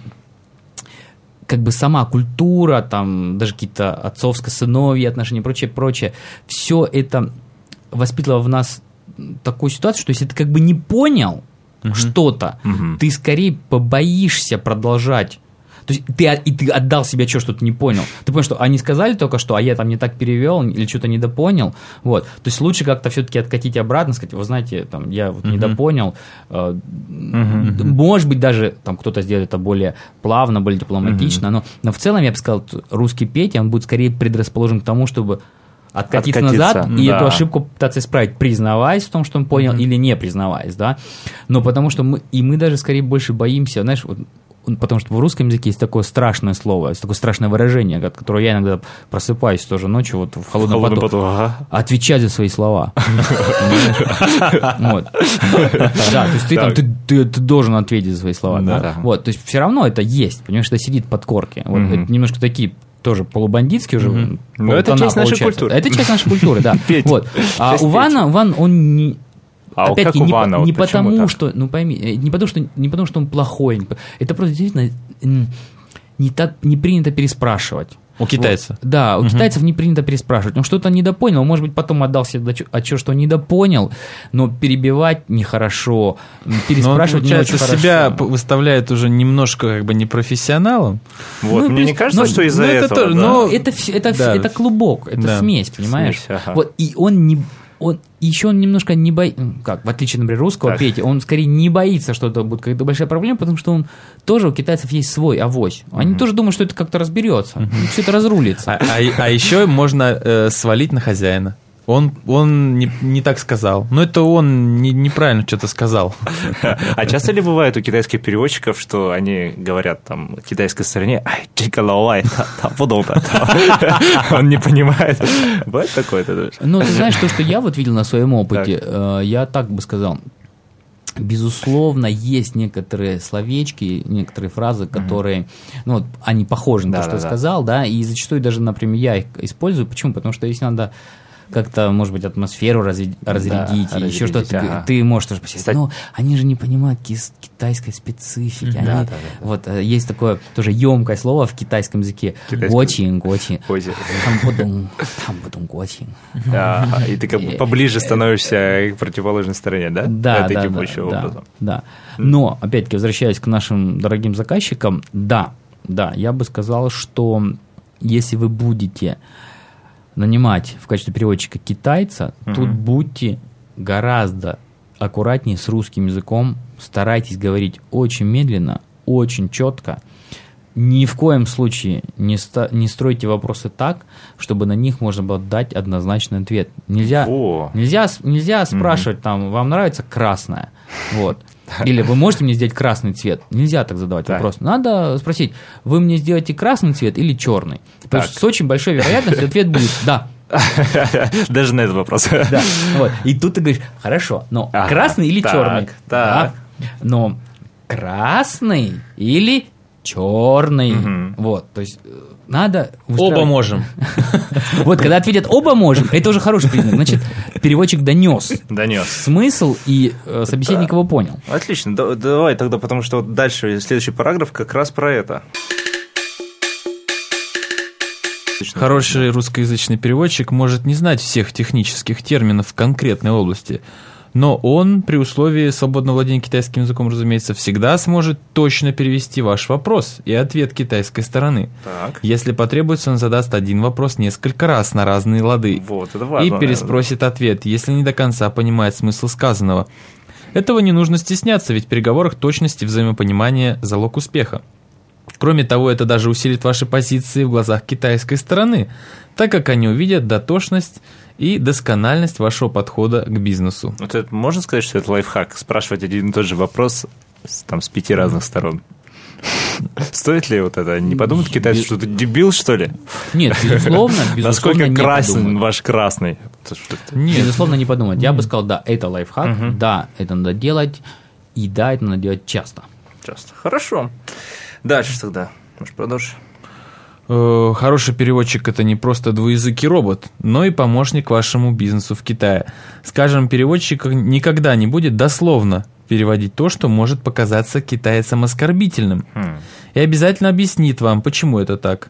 как бы сама культура, там, даже какие-то отцовско-сыновьи отношения и прочее, прочее, все это воспитывало в нас такую ситуацию, что если ты как бы не понял uh-huh. что-то, uh-huh. ты скорее побоишься продолжать. То есть ты, и ты отдал себе отчет, что ты не понял. Ты понял, что они сказали только что, а я там не так перевел или что-то недопонял. Вот. То есть лучше как-то все-таки откатить обратно, сказать, вы знаете, там, я вот uh-huh. недопонял. Э, uh-huh. Может быть, даже там кто-то сделает это более плавно, более дипломатично, uh-huh. но, но в целом, я бы сказал, русский Петя, он будет скорее предрасположен к тому, чтобы откатиться, откатиться назад и да. эту ошибку пытаться исправить, признаваясь в том, что он понял, uh-huh. или не признаваясь, да. Но потому что мы, и мы даже скорее больше боимся, знаешь, вот, потому что в русском языке есть такое страшное слово, есть такое страшное выражение, от которого я иногда просыпаюсь тоже ночью вот в холодном поту. поту ага. Отвечать за свои слова. Да, то есть ты должен ответить за свои слова. Вот, то есть все равно это есть, понимаешь, это сидит под корки. Это немножко такие тоже полубандитские уже. Но это часть нашей культуры. Это часть нашей культуры, да. А у Вана, Ван, он не... А опять-таки, как у не, Вана, не вот потому, так? что, ну пойми, не потому, что, не потому, что он плохой, это просто действительно не, так, не принято переспрашивать. У китайцев? Вот, да, у угу. китайцев не принято переспрашивать. Он что-то недопонял, может быть, потом отдал себе отчет, что недопонял, но перебивать нехорошо, переспрашивать но он, не очень хорошо. себя выставляет уже немножко как бы непрофессионалом. Вот, ну, мне не кажется, но, что из-за ну, этого. Это, тоже, да. но это, это, да. это клубок, это да. смесь, понимаешь? Смесь, ага. Вот, и он не... Он, еще он немножко не боится, как, в отличие, например, русского так. Пети, он скорее не боится, что это будет какая-то большая проблема, потому что он тоже, у китайцев есть свой авось. Они mm-hmm. тоже думают, что это как-то разберется, mm-hmm. все это разрулится. А, а, а еще можно э, свалить на хозяина. Он, он не, не так сказал. Но это он не, неправильно что-то сказал. А часто ли бывает у китайских переводчиков, что они говорят там китайской стороне, ай, чика лаовай, он не понимает. Бывает такое-то? Ну, ты знаешь, то, что я вот видел на своем опыте, я так бы сказал, безусловно, есть некоторые словечки, некоторые фразы, которые, ну, вот, они похожи на то, что я сказал, да, и зачастую даже, например, я их использую. Почему? Потому что если надо как-то, может быть, атмосферу разрядить, да, разрядить еще что-то, ага. ты можешь тоже посмотреть. Ну, они же не понимают китайской специфики. Они, да, да, да. Вот есть такое тоже емкое слово в китайском языке. Гочин, гочин. Там потом, там потом гочин. И ты как бы поближе становишься к противоположной стороне, да? Да, да, да, да. Но, опять-таки, возвращаясь к нашим дорогим заказчикам, да, да, я бы сказал, что если вы будете нанимать в качестве переводчика китайца, uh-huh. тут будьте гораздо аккуратнее с русским языком, старайтесь говорить очень медленно, очень четко. Ни в коем случае не, ста- не стройте вопросы так, чтобы на них можно было дать однозначный ответ. Нельзя, нельзя, нельзя спрашивать, uh-huh. там, вам нравится красное? Вот. Или вы можете мне сделать красный цвет? Нельзя так задавать так. вопрос. Надо спросить, вы мне сделаете красный цвет или черный? Потому что с очень большой вероятностью ответ будет «да». Даже на этот вопрос. Да. Вот. И тут ты говоришь, хорошо, но ага, красный или так, черный? Так. Да. Но красный или черный? Угу. Вот, то есть надо... Выстраивать... Оба можем. Вот, когда ответят «оба можем», это уже хороший признак. Значит, переводчик донес. Донес. Смысл, и э, собеседник да. его понял. Отлично. Да, давай тогда, потому что вот дальше, следующий параграф как раз про это. Хороший русскоязычный переводчик может не знать всех технических терминов в конкретной области, но он, при условии свободного владения китайским языком, разумеется, всегда сможет точно перевести ваш вопрос и ответ китайской стороны. Так. Если потребуется, он задаст один вопрос несколько раз на разные лады. Вот, это важно, и переспросит наверное. Ответ, если не до конца понимает смысл сказанного. Этого не нужно стесняться, ведь в переговорах точность и взаимопонимание – залог успеха. Кроме того, это даже усилит ваши позиции в глазах китайской стороны, так как они увидят дотошность и доскональность вашего подхода к бизнесу. Вот это, можно сказать, что это лайфхак? Спрашивать один и тот же вопрос там, с пяти разных сторон. Стоит ли вот это? Не подумают китайцы, что ты дебил, что ли? Нет, безусловно, безусловно Насколько не красен подумают. Ваш красный? Нет, безусловно, не подумать. Я бы сказал, да, это лайфхак, угу. да, это надо делать, и да, это надо делать часто. Часто. Хорошо. Дальше тогда. Может, продолжишь? Хороший переводчик – это не просто двуязыкий робот, но и помощник вашему бизнесу в Китае. Скажем, переводчик никогда не будет дословно переводить то, что может показаться китайцам оскорбительным. Хм. И обязательно объяснит вам, почему это так.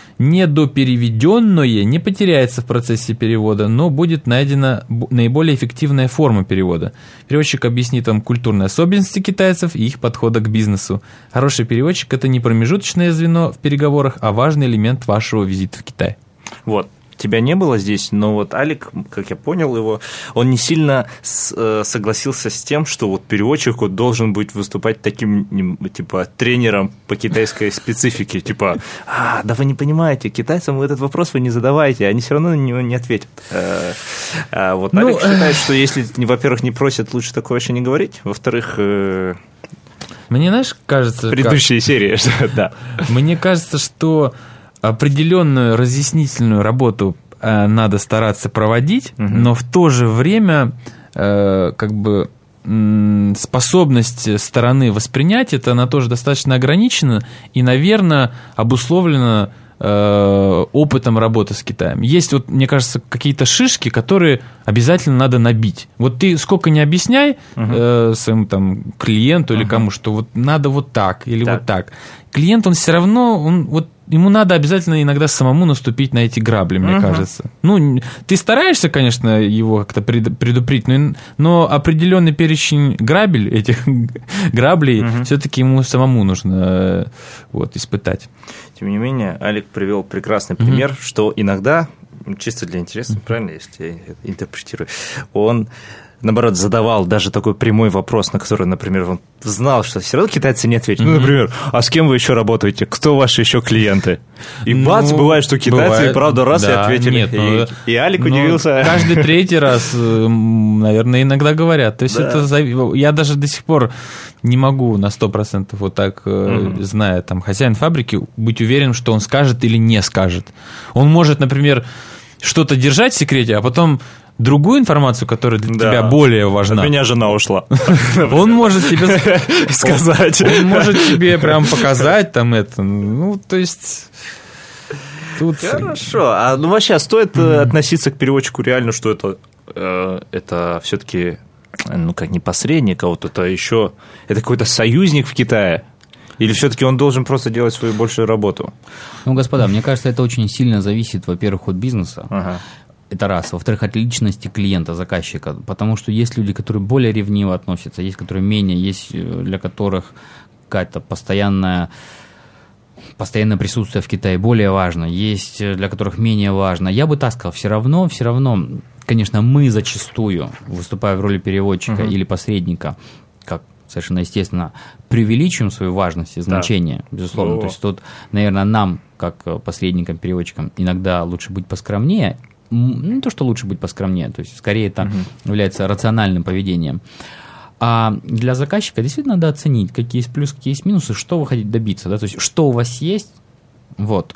Недопереведенное не потеряется в процессе перевода, но будет найдена наиболее эффективная форма перевода. Переводчик объяснит вам культурные особенности китайцев и их подхода к бизнесу. Хороший переводчик – это не промежуточное звено в переговорах, а важный элемент вашего визита в Китай. Вот. Тебя не было здесь, но вот Алик, как я понял его, он не сильно с, э, согласился с тем, что вот переводчик вот должен быть выступать таким, типа, тренером по китайской специфике, типа, а, да вы не понимаете, китайцам этот вопрос вы не задавайте, они все равно на него не ответят. Э, а вот ну, Алик считает, что если, во-первых, не просят, лучше такое вообще не говорить, во-вторых... Э, Мне, знаешь, кажется... Предыдущие как... серии, что, да. Мне кажется, что... определенную разъяснительную работу э, надо стараться проводить, угу. но в то же время э, как бы м- способность стороны воспринять это, она тоже достаточно ограничена и, наверное, обусловлена э, опытом работы с Китаем. Есть, вот, мне кажется, какие-то шишки, которые обязательно надо набить. Вот ты сколько не объясняй угу. э, своему там, клиенту угу. или кому, что вот надо вот так или так. вот так. клиент, он все равно, он, вот ему надо обязательно иногда самому наступить на эти грабли, мне uh-huh. кажется. Ну, ты стараешься, конечно, его как-то предупредить, но, но определенный перечень грабель, этих граблей, uh-huh. все-таки ему самому нужно вот, испытать. Тем не менее, Алик привел прекрасный пример, uh-huh. что иногда, чисто для интереса, uh-huh. правильно, если я интерпретирую, он... наоборот, задавал даже такой прямой вопрос, на который, например, он знал, что все равно китайцы не ответят. Mm-hmm. Ну, например, а с кем вы еще работаете? Кто ваши еще клиенты? И ну, бац, бывает, что китайцы, бывает, правда, раз да, и ответили. Нет, и, ну, и Алик ну, удивился. Каждый третий раз, наверное, иногда говорят. То есть да. это я даже до сих пор не могу на сто процентов вот так, mm-hmm. зная там хозяин фабрики, быть уверен, что он скажет или не скажет. Он может, например, что-то держать в секрете, а потом другую информацию, которая для да. тебя более важна. От меня жена ушла. Он может тебе сказать. Он может тебе прям показать там это. Ну, то есть... Тут... Хорошо. А ну вообще стоит mm-hmm. относиться к переводчику реально, что это, э, это все-таки, ну, как не посредник, а вот это еще... Это какой-то союзник в Китае? Или все-таки он должен просто делать свою большую работу? Ну, господа, мне кажется, это очень сильно зависит, во-первых, от бизнеса. Ага. Это раз. Во-вторых, от личности клиента, заказчика. Потому что есть люди, которые более ревниво относятся, есть, которые менее, есть для которых какая-то постоянная, постоянное присутствие в Китае более важно, есть для которых менее важно. Я бы так сказал, все равно, все равно, конечно, мы зачастую, выступая в роли переводчика uh-huh. или посредника, как совершенно естественно, преувеличиваем свою важность и значение, да. безусловно. О. То есть тут, наверное, нам, как посредникам, переводчикам, иногда лучше быть поскромнее. Не то, что лучше быть поскромнее, то есть скорее это uh-huh. является рациональным поведением. А для заказчика действительно надо оценить, какие есть плюсы, какие есть минусы, что вы хотите добиться, да, то есть что у вас есть, вот.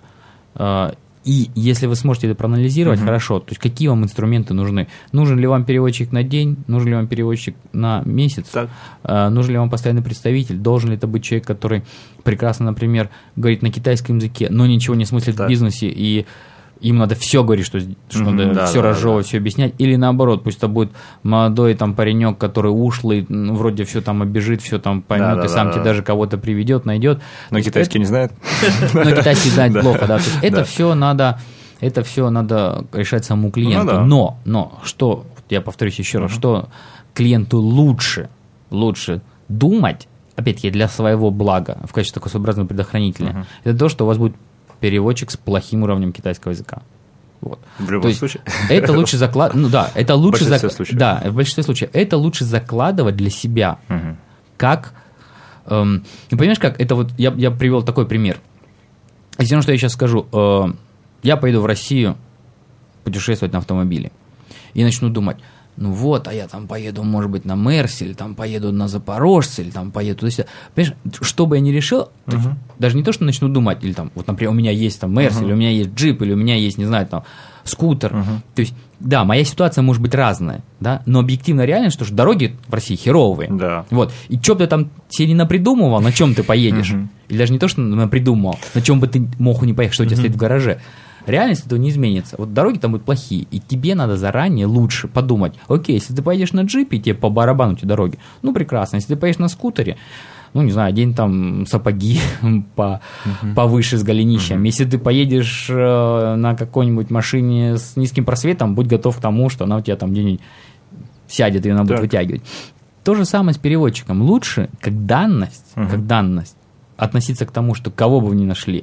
И если вы сможете это проанализировать, uh-huh. хорошо, то есть какие вам инструменты нужны? Нужен ли вам переводчик на день, нужен ли вам переводчик на месяц, uh, нужен ли вам постоянный представитель, должен ли это быть человек, который прекрасно, например, говорит на китайском языке, но ничего не смыслит так. в бизнесе и им надо все говорить, что, что mm-hmm, надо да, все да, разжевывать, да. все объяснять. Или наоборот, пусть это будет молодой там паренек, который ушлый, ну, вроде все там оббежит, все там поймет, да, и да, сам да, тебе да. даже кого-то приведет, найдет. Но китайский не знает. Но китайский знает плохо, да. То есть это все надо, это все надо решать самому клиенту. Но, но, что, я повторюсь еще раз, что клиенту лучше, лучше думать, опять-таки, для своего блага, в качестве такого своеобразного предохранителя, это то, что у вас будет переводчик с плохим уровнем китайского языка. Вот. В любом То есть случае. Это лучше закладывать. Ну да, это лучше в большинстве зак... случаев. Да, в большинстве случаев. Это лучше закладывать для себя. Угу. Как. Эм, ну, понимаешь, как это вот. Я, я привел такой пример. Если ну, что я сейчас скажу, э, я поеду в Россию путешествовать на автомобиле. И начну думать. Ну вот, а я там поеду, может быть, на Мерсе, или там поеду на Запорожце, или там поеду туда-сюда. Понимаешь, что бы я ни решил, uh-huh. даже не то, что начну думать, или там, вот, например, у меня есть там Мерс, uh-huh. или у меня есть джип, или у меня есть, не знаю, там, скутер. Uh-huh. То есть, да, моя ситуация может быть разная, да, но объективно реально, что ж, дороги в России херовые. Да. Вот. И что бы ты там себе не напридумывал, на чем ты поедешь, uh-huh. или даже не то, что напридумывал, на чем бы ты мог не поехать, что у тебя uh-huh. стоит в гараже. Реальность этого не изменится. Вот дороги там будут плохие, и тебе надо заранее лучше подумать, окей, если ты поедешь на джипе, тебе по барабану эти дороги, ну прекрасно, если ты поедешь на скутере, ну не знаю, одень там сапоги по, uh-huh. повыше с голенищем, uh-huh. если ты поедешь э, на какой-нибудь машине с низким просветом, будь готов к тому, что она у тебя там где-нибудь сядет, и она будет так. вытягивать. То же самое с переводчиком. Лучше, как данность, uh-huh. как данность, относиться к тому, что кого бы вы ни нашли,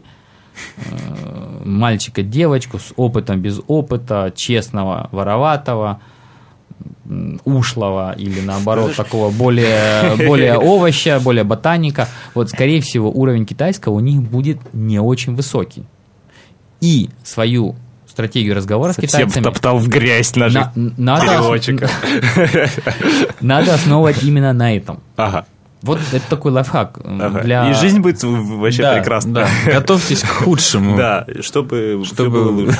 мальчика, девочку с опытом, без опыта, честного, вороватого, ушлого или наоборот такого более, более овоща, более ботаника. Вот, скорее всего, уровень китайского у них будет не очень высокий. И свою стратегию разговора Совсем с китайцами... втоптал в грязь наших на, переводчиков. Надо основывать именно на этом. Ага. Вот это такой лайфхак. Ага. Для... И жизнь будет вообще да, прекрасна. Да. Готовьтесь к худшему. Да, чтобы, чтобы... было лучше.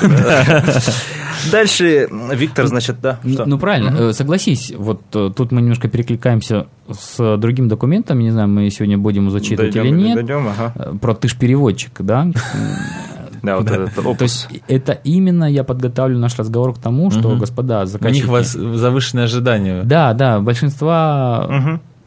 Дальше, Виктор, значит, да. Ну, правильно, согласись, вот тут мы немножко перекликаемся с другим документом, не знаю, мы сегодня будем его зачитывать или нет. Про «ты ж переводчик», да? Да, вот да. этот опус. То есть это именно я подготавливаю наш разговор к тому, что, угу. господа, заказчики... У них вас завышенные ожидания. Да, да, большинства... Угу.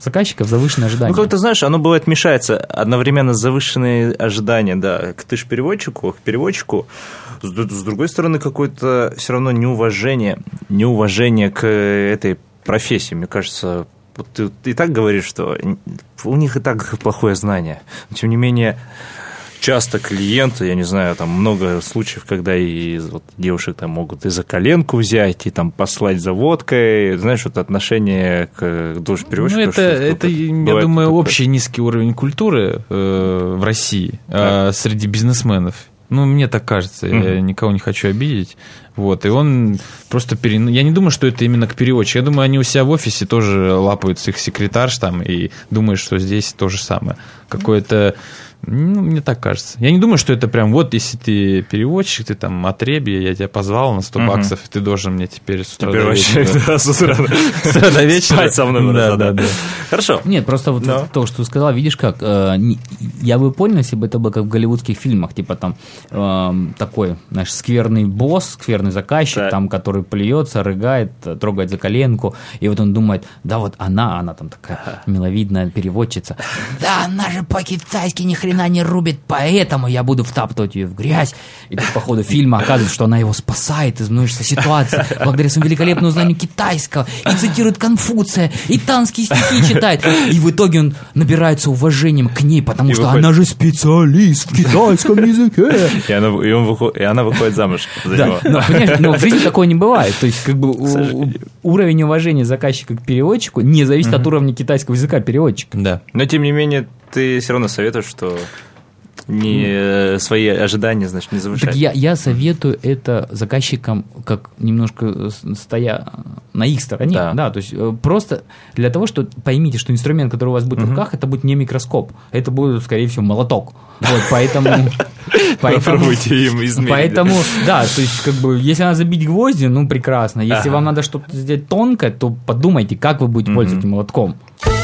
заказчиков завышенные ожидания. Ну, как ты знаешь, оно бывает мешается одновременно завышенные ожидания, да, ты же переводчику, к переводчику, с, с другой стороны, какое-то все равно неуважение, неуважение к этой профессии, мне кажется. Вот ты, ты и так говоришь, что у них и так плохое знание, но тем не менее... Часто клиенты, я не знаю, там много случаев, когда и вот, девушек там могут и за коленку взять, и там послать за водкой. Знаешь, вот отношение к должен переводчику. Ну, это, это я думаю, такое. Общий низкий уровень культуры э, в России э, среди бизнесменов. Ну, мне так кажется, mm-hmm. я никого не хочу обидеть. Вот, и он просто пере... Я не думаю, что это именно к переводчику. Я думаю, они у себя в офисе тоже лапают с их секретарш там и думают, что здесь то же самое. Какое-то... Ну, мне так кажется. Я не думаю, что это прям вот, если ты переводчик, ты там отребье, я тебя позвал на сто uh-huh. баксов, и ты должен мне теперь с утра до вечера. Да, с утра до вечера. Спать со мной. Да, да, да. Хорошо. Нет, просто вот no. то, что ты сказал, видишь как, э, я бы понял, если бы это было как в голливудских фильмах, типа там э, такой, знаешь, скверный босс, скверный заказчик, да. там, который плюется, рыгает, трогает за коленку, и вот он думает, да вот она, она там такая миловидная переводчица, да она же по-китайски ни хрена не рубит, поэтому я буду втаптывать ее в грязь. И тут по ходу фильма оказывается, что она его спасает из множества ситуаций благодаря своему великолепному знанию китайского, и цитирует Конфуция, и танские стихи читает. И в итоге он набирается уважением к ней, потому и что выходит... она же специалист в китайском языке. И она, и он выход... и она выходит замуж за да, него. Но, понимаешь, но в жизни такого не бывает. То есть, как бы у, уровень уважения заказчика к переводчику не зависит mm-hmm. от уровня китайского языка переводчика. Да. Но, тем не менее, ты все равно советуешь, что не свои ожидания, значит, не завышать. Так я, я советую это заказчикам как немножко стоя на их стороне. Да. Да, то есть просто для того, что поймите, что инструмент, который у вас будет угу. в руках, это будет не микроскоп, это будет, скорее всего, молоток. Вот, поэтому... Попробуйте им измерить. Поэтому, да, то есть, как бы, если надо забить гвозди, ну, прекрасно. Если вам надо что-то сделать тонкое, то подумайте, как вы будете пользоваться этим молотком.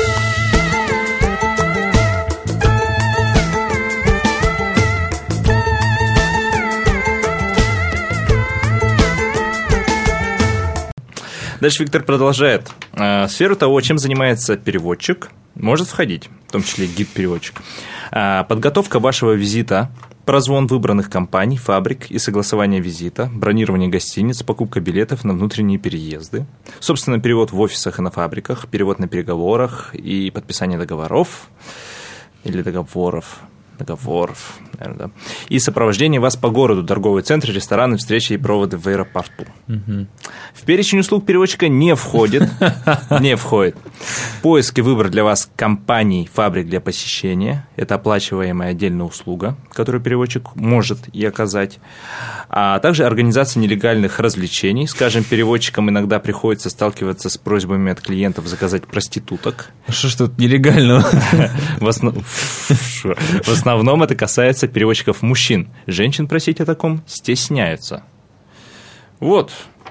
Дальше Виктор продолжает. В сферу того, чем занимается переводчик, может входить, в том числе гид-переводчик. Подготовка вашего визита, прозвон выбранных компаний, фабрик и согласование визита, бронирование гостиниц, покупка билетов на внутренние переезды, собственно, перевод в офисах и на фабриках, перевод на переговорах и подписание договоров или договоров. договоров, наверное, да. И сопровождение вас по городу, торговые центры, рестораны, встречи и проводы в аэропорту. Угу. В перечень услуг переводчика не входит, не входит поиск и выбор для вас компаний, фабрик для посещения. Это оплачиваемая отдельная услуга, которую переводчик может и оказать. А также организация нелегальных развлечений. Скажем, переводчикам иногда приходится сталкиваться с просьбами от клиентов заказать проституток. Что ж тут нелегального? В основном... В основном это касается переводчиков мужчин. Женщин просить о таком стесняются. Вот.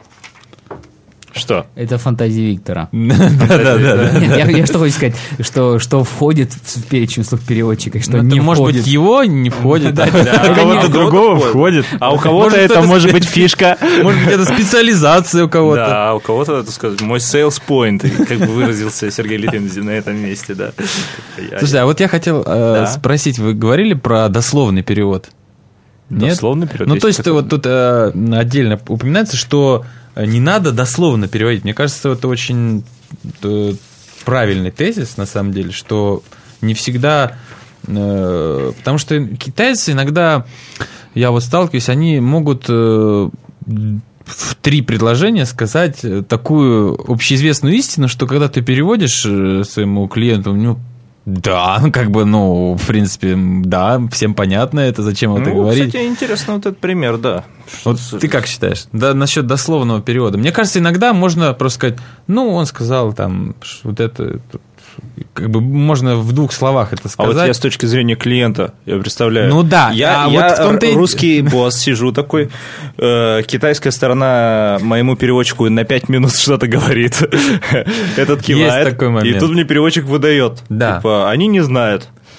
Что? Это фантазия Виктора. Да-да-да. Я что хочу сказать, что входит в перечень услуг переводчика, что не входит. Может быть, его не входит, а у кого-то другого входит. А у кого-то это может быть фишка. Может быть, это специализация у кого-то. Да, у кого-то, так сказать, мой sales point, как бы выразился Сергей Литвин на этом месте, да. Слушай, а вот я хотел спросить, вы говорили про дословный перевод? Дословный перевод? Ну, то есть, вот тут отдельно упоминается, что не надо дословно переводить. Мне кажется, это очень правильный тезис, на самом деле, что не всегда... Потому что китайцы иногда, я вот сталкиваюсь, они могут в три предложения сказать такую общеизвестную истину, что когда ты переводишь своему клиенту, ну, да, как бы, ну, в принципе, да, всем понятно это, зачем это ну, говорить. Кстати, интересно вот этот пример, да. Вот ты как считаешь? Да, насчет дословного перевода. Мне кажется, иногда можно просто сказать, ну, он сказал там вот это, как бы можно в двух словах это сказать. А вот я с точки зрения клиента, я представляю. Ну да. Я, а я вот в том-то русский босс, сижу такой, э, китайская сторона моему переводчику на пять минут что-то говорит. Этот кивает. Есть такой момент. И тут мне переводчик выдает. Да. Типа, они не знают.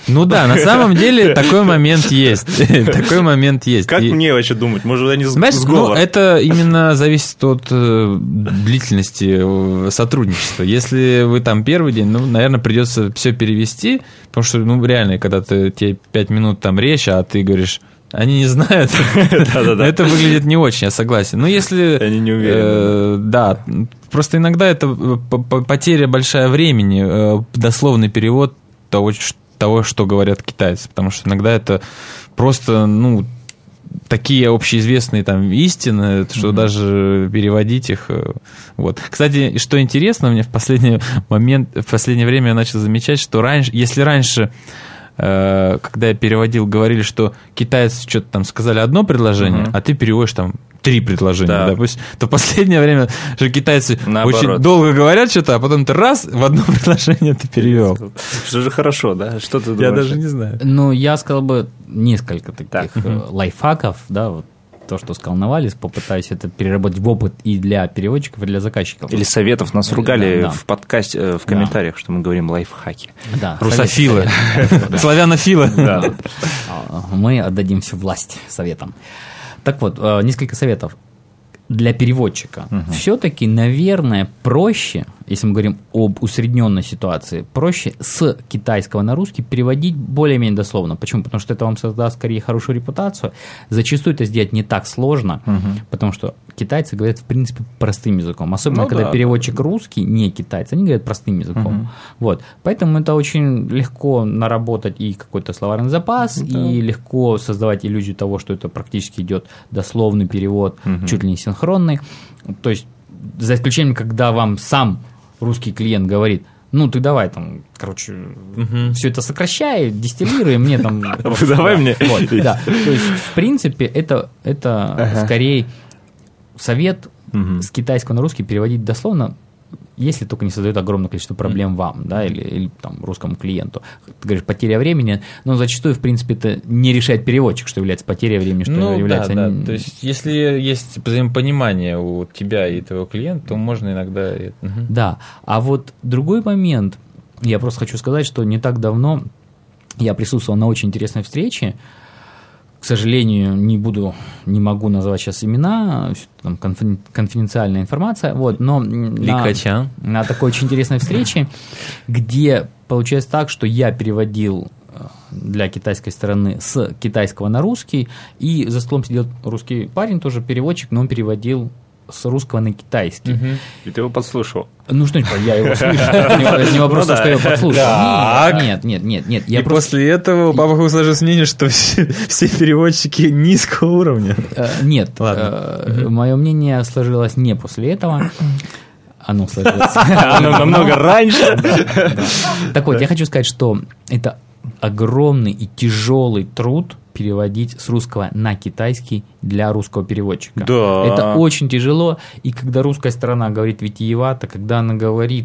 Ну да, на самом деле такой момент есть. Такой момент есть. Как мне вообще думать? Может, они Знаешь, ну, это именно зависит от э, длительности сотрудничества. Если вы там первый день, ну, наверное, придется все перевести, потому что, ну, реально, когда ты, тебе пять минут там речь, а ты говоришь, они не знают, это выглядит не очень, я согласен. Но если... Они не уверены. Да, просто иногда это потеря большая времени, дословный перевод того, того, что говорят китайцы, потому что иногда это просто, ну, такие общеизвестные там истины, что mm-hmm. даже переводить их. Вот. Кстати, что интересно, мне в последний момент, в последнее время я начал замечать, что раньше, если раньше, э, когда я переводил, говорили, что китайцы что-то там сказали одно предложение, mm-hmm. а ты переводишь там три предложения, да. допустим, то в последнее время же китайцы Наоборот. очень долго говорят что-то, а потом ты раз в одно предложение ты перевел. Что же хорошо, да? Что ты думаешь? Я даже не знаю. Ну, я сказал бы несколько таких так. лайфхаков, да, вот то, что сказал Навалис, попытаюсь это переработать в опыт и для переводчиков, и для заказчиков. Или советов. Нас ругали да, да. в подкасте, в комментариях, да. что мы говорим лайфхаки. Да, русофилы, славянофилы. Мы отдадим всю власть советам. Так вот, несколько советов для переводчика. Угу. Все-таки, наверное, проще, если мы говорим об усредненной ситуации, проще с китайского на русский переводить более-менее дословно. Почему? Потому что это вам создаст скорее хорошую репутацию. Зачастую это сделать не так сложно, угу. потому что китайцы говорят, в принципе, простым языком. Особенно, ну, когда да, переводчик да. русский, не китайцы, они говорят простым языком. Угу. Вот. Поэтому это очень легко наработать и какой-то словарный запас, да. и легко создавать иллюзию того, что это практически идет дословный перевод, угу. чуть ли не синхронный. То есть, за исключением, когда вам сам русский клиент говорит, ну, ты давай там, короче, угу. все это сокращай, дистиллируй, мне там... Давай мне. Да, то есть, в принципе, это скорее совет с китайского на русский переводить дословно, если только не создает огромное количество проблем вам, да, или, или там, русскому клиенту. Ты говоришь, потеря времени, но зачастую, в принципе, это не решает переводчик, что является потерей времени, что ну, является... Да, да. То есть, если есть взаимопонимание у тебя и твоего клиента, то можно иногда... Угу. Да, а вот другой момент, я просто хочу сказать, что не так давно я присутствовал на очень интересной встрече. К сожалению, не буду, не могу назвать сейчас имена, там конфиденциальная информация, вот, но на, на такой очень интересной встрече, где получается так, что я переводил для китайской стороны с китайского на русский, и за столом сидел русский парень, тоже переводчик, но он переводил с русского на китайский. Угу. И ты его подслушал? Ну что, я его слышу. Это не вопрос, что я его подслушал. Нет, нет, нет, нет. И после этого у папы сложилось мнение, что все переводчики низкого уровня. Нет. Мое мнение сложилось не после этого. Оно сложилось. Оно намного раньше. Так вот, я хочу сказать, что это огромный и тяжелый труд переводить с русского на китайский для русского переводчика. Да. Это очень тяжело, и когда русская сторона говорит витиевато, когда она говорит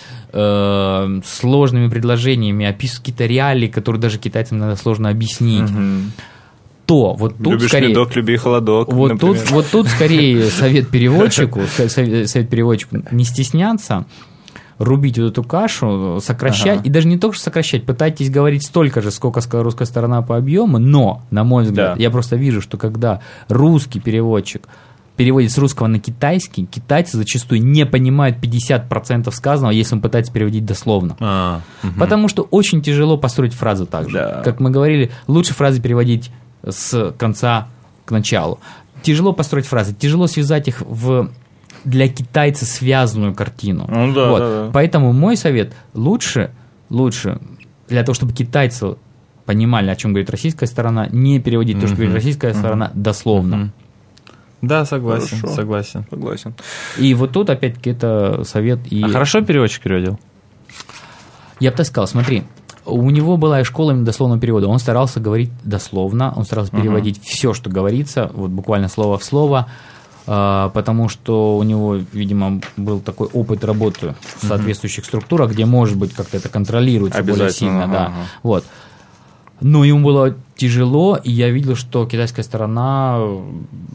э, сложными предложениями, описывает какие-то реалии, которые даже китайцам надо сложно объяснить, угу. то вот тут Любишь скорее... медок, люби холодок, вот тут, вот тут скорее совет переводчику, совет, совет переводчику не стесняться, рубить вот эту кашу, сокращать, ага. и даже не только сокращать, пытайтесь говорить столько же, сколько сказала русская сторона по объему, но, на мой взгляд, да. я просто вижу, что когда русский переводчик переводит с русского на китайский, китайцы зачастую не понимают пятьдесят процентов сказанного, если он пытается переводить дословно. А, угу. Потому что очень тяжело построить фразу так же. Да. Как мы говорили, лучше фразы переводить с конца к началу. Тяжело построить фразы, тяжело связать их в... для китайца связанную картину. Ну, да, вот. да, да. Поэтому мой совет лучше, лучше для того, чтобы китайцы понимали, о чем говорит российская сторона, не переводить mm-hmm. то, что говорит российская mm-hmm. сторона, дословно. Mm-hmm. Да, согласен, хорошо. согласен. Согласен. И вот тут, опять-таки, это совет. И... А хорошо переводчик переводил? Я бы так сказал, смотри, у него была и школа именно дословного перевода. Он старался говорить дословно, он старался uh-huh. переводить все, что говорится, вот буквально слово в слово, потому что у него, видимо, был такой опыт работы в соответствующих uh-huh. структурах, где, может быть, как-то это контролируется более сильно. Uh-huh. Да. Вот. Но ему было тяжело, и я видел, что китайская сторона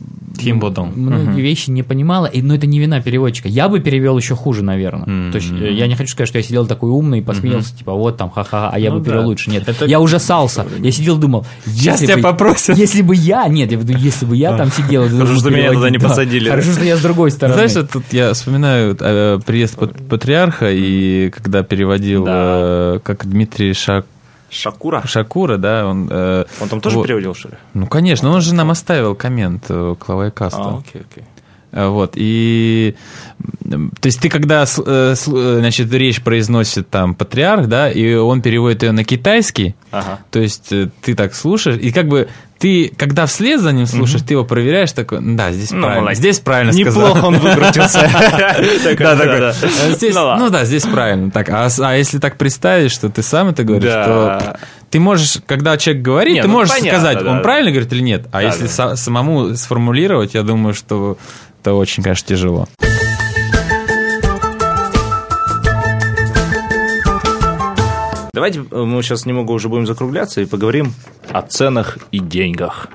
Тимбодон. многие угу. вещи не понимала, и, но это не вина переводчика. Я бы перевел еще хуже, наверное. Mm-hmm. То есть я не хочу сказать, что я сидел такой умный и посмеялся, mm-hmm. типа, вот там, ха-ха, а я ну, бы перевел да. лучше. Нет, это... я ужасался. Я сидел, думал, сейчас тебя попросят. Если бы я, нет, я думаю, если бы я там сидел... Хорошо, что меня туда не посадили. Хорошо, что я с другой стороны. Знаешь, тут я вспоминаю приезд патриарха, и когда переводил, как Дмитрий Шак Шакура? Шакура, да. Он, э, он там тоже вот, переводил, что ли? Ну, конечно, он же нам оставил коммент к Лавайкасту. А, окей, окей. Вот, и, то есть ты когда, значит, речь произносит там патриарх, да, и он переводит ее на китайский, ага. то есть ты так слушаешь, и как бы ты, когда вслед за ним слушаешь, угу. ты его проверяешь, такой, да, здесь ну, правильно, молодец. Здесь правильно сказал. Неплохо он выкрутился. Ну да, здесь правильно. А если так представить, что ты сам это говоришь, то ты можешь, когда человек говорит, ты можешь сказать, он правильно говорит или нет, а если самому сформулировать, я думаю, что это очень, конечно, тяжело. Давайте мы сейчас немного уже будем закругляться и поговорим о ценах и деньгах.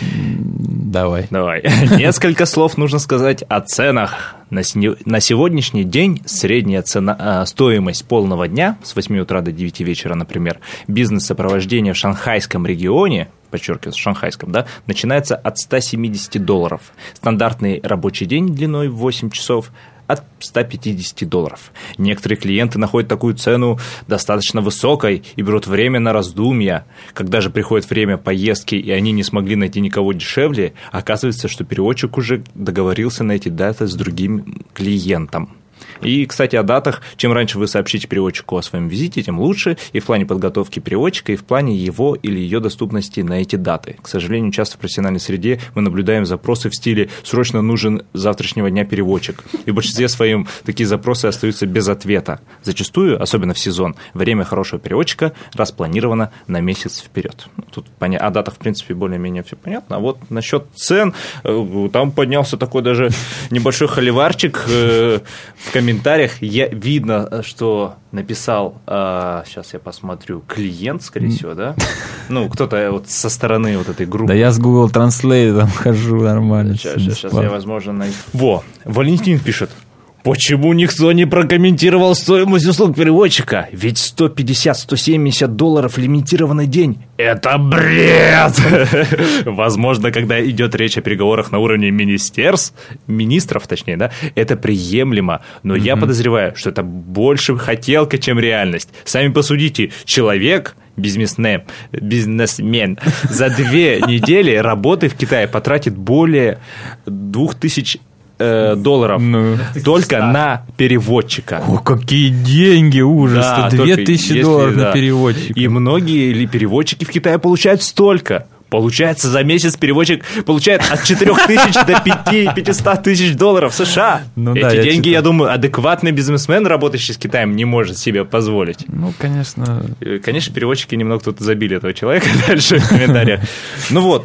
Давай. Давай. Несколько слов нужно сказать о ценах. На сегодняшний день средняя цена, стоимость полного дня с восьми утра до девяти вечера, например, бизнес-сопровождения в шанхайском регионе, подчеркиваю, в шанхайском, да, начинается от ста семидесяти долларов. Стандартный рабочий день длиной в восемь часов от ста пятидесяти долларов. Некоторые клиенты находят такую цену достаточно высокой и берут время на раздумья. Когда же приходит время поездки, и они не смогли найти никого дешевле, оказывается, что переводчик уже договорился на эти даты с другим клиентом. И, кстати, о датах. Чем раньше вы сообщите переводчику о своем визите, тем лучше и в плане подготовки переводчика, и в плане его или ее доступности на эти даты. К сожалению, часто в профессиональной среде мы наблюдаем запросы в стиле «срочно нужен с завтрашнего дня переводчик». И в большинстве своем такие запросы остаются без ответа. Зачастую, особенно в сезон, время хорошего переводчика распланировано на месяц вперед. Тут о датах, в принципе, более-менее все понятно. А вот насчет цен, там поднялся такой даже небольшой холиварчик в комментариях. В комментариях я, видно, что написал, а, сейчас я посмотрю, клиент, скорее всего, да? Ну, кто-то вот со стороны вот этой группы. Да я с Google Translate там хожу нормально. Сейчас, сейчас я, возможно, найду. Во, Валентин пишет. Почему никто не прокомментировал стоимость услуг переводчика? Ведь сто пятьдесят - сто семьдесят долларов лимитированный день. Это бред! Возможно, когда идет речь о переговорах на уровне министерств, министров, точнее, да, это приемлемо. Но mm-hmm. я подозреваю, что это больше хотелка, чем реальность. Сами посудите, человек... Бизнесмен, бизнесмен за две недели работы в Китае потратит более двух тысяч долларов ну, только на переводчика. О, какие деньги, ужас! Да, две тысячи долларов да. на переводчика. И многие переводчики в Китае получают столько. Получается, за месяц переводчик получает от четырёх тысяч до пятисот тысяч долларов в США. Ну, Эти да, деньги, я, я думаю, адекватный бизнесмен, работающий с Китаем, не может себе позволить. Ну, конечно. Конечно, переводчики немного тут забили этого человека дальше в комментариях. Ну вот,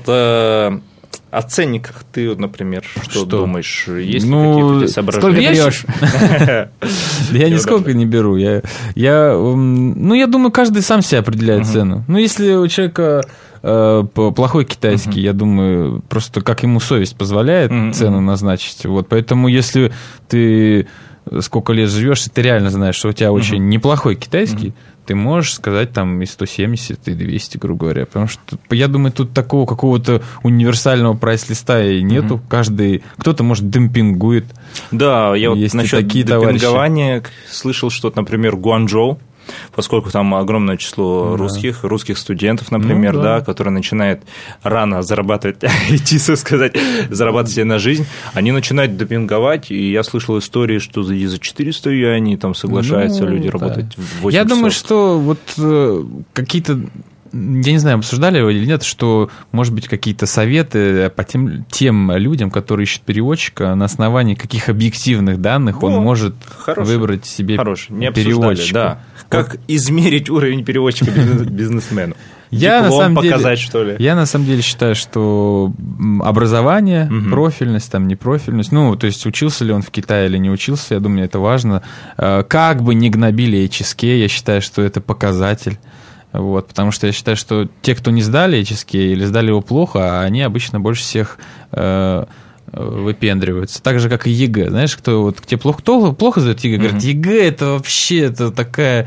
о ценниках ты, вот, например, что, что думаешь? Есть ну, какие-то соображения? Сколько берешь? Я нисколько не беру. Я, ну, я думаю, каждый сам себе определяет цену. Ну, если у человека плохой китайский, я думаю, просто как ему совесть позволяет цену назначить. Вот, поэтому если ты сколько лет живешь, и ты реально знаешь, что у тебя очень неплохой китайский, ты можешь сказать там и сто семьдесят, и двести, грубо говоря. Потому что, я думаю, тут такого какого-то универсального прайс-листа и нету. Mm-hmm. Каждый, кто-то, может, демпингует. Да, я вот насчет демпингования товарищи. слышал, что, например, Гуанчжоу, поскольку там огромное число да. русских, русских студентов, например, ну, да. Да, которые начинают рано зарабатывать, идти, так сказать, зарабатывать себе на жизнь, они начинают демпинговать, и я слышал истории, что за, за четыреста юаней там соглашаются ну, люди да. работать в восемь Я часов. думаю, что вот э, какие-то... Я не знаю, обсуждали его или нет, что, может быть, какие-то советы по тем, тем людям, которые ищут переводчика, на основании каких объективных данных ну, он может хороший, выбрать себе хороший. Не переводчика. Да. Как вот. измерить уровень переводчика бизнесмену? Я Диплом на самом показать, деле, что ли? Я на самом деле считаю, что образование, угу. профильность, там, непрофильность, ну, то есть учился ли он в Китае или не учился, я думаю, это важно. Как бы ни гнобили эйч эс кей, я считаю, что это показатель. Вот, потому что я считаю, что те, кто не сдали эйч эс кей или сдали его плохо, они обычно больше всех э, выпендриваются. Так же, как и ЕГЭ. Знаешь, кто вот тебе плохо, кто плохо сдает ЕГЭ, говорит, mm-hmm. ЕГЭ это вообще это такая...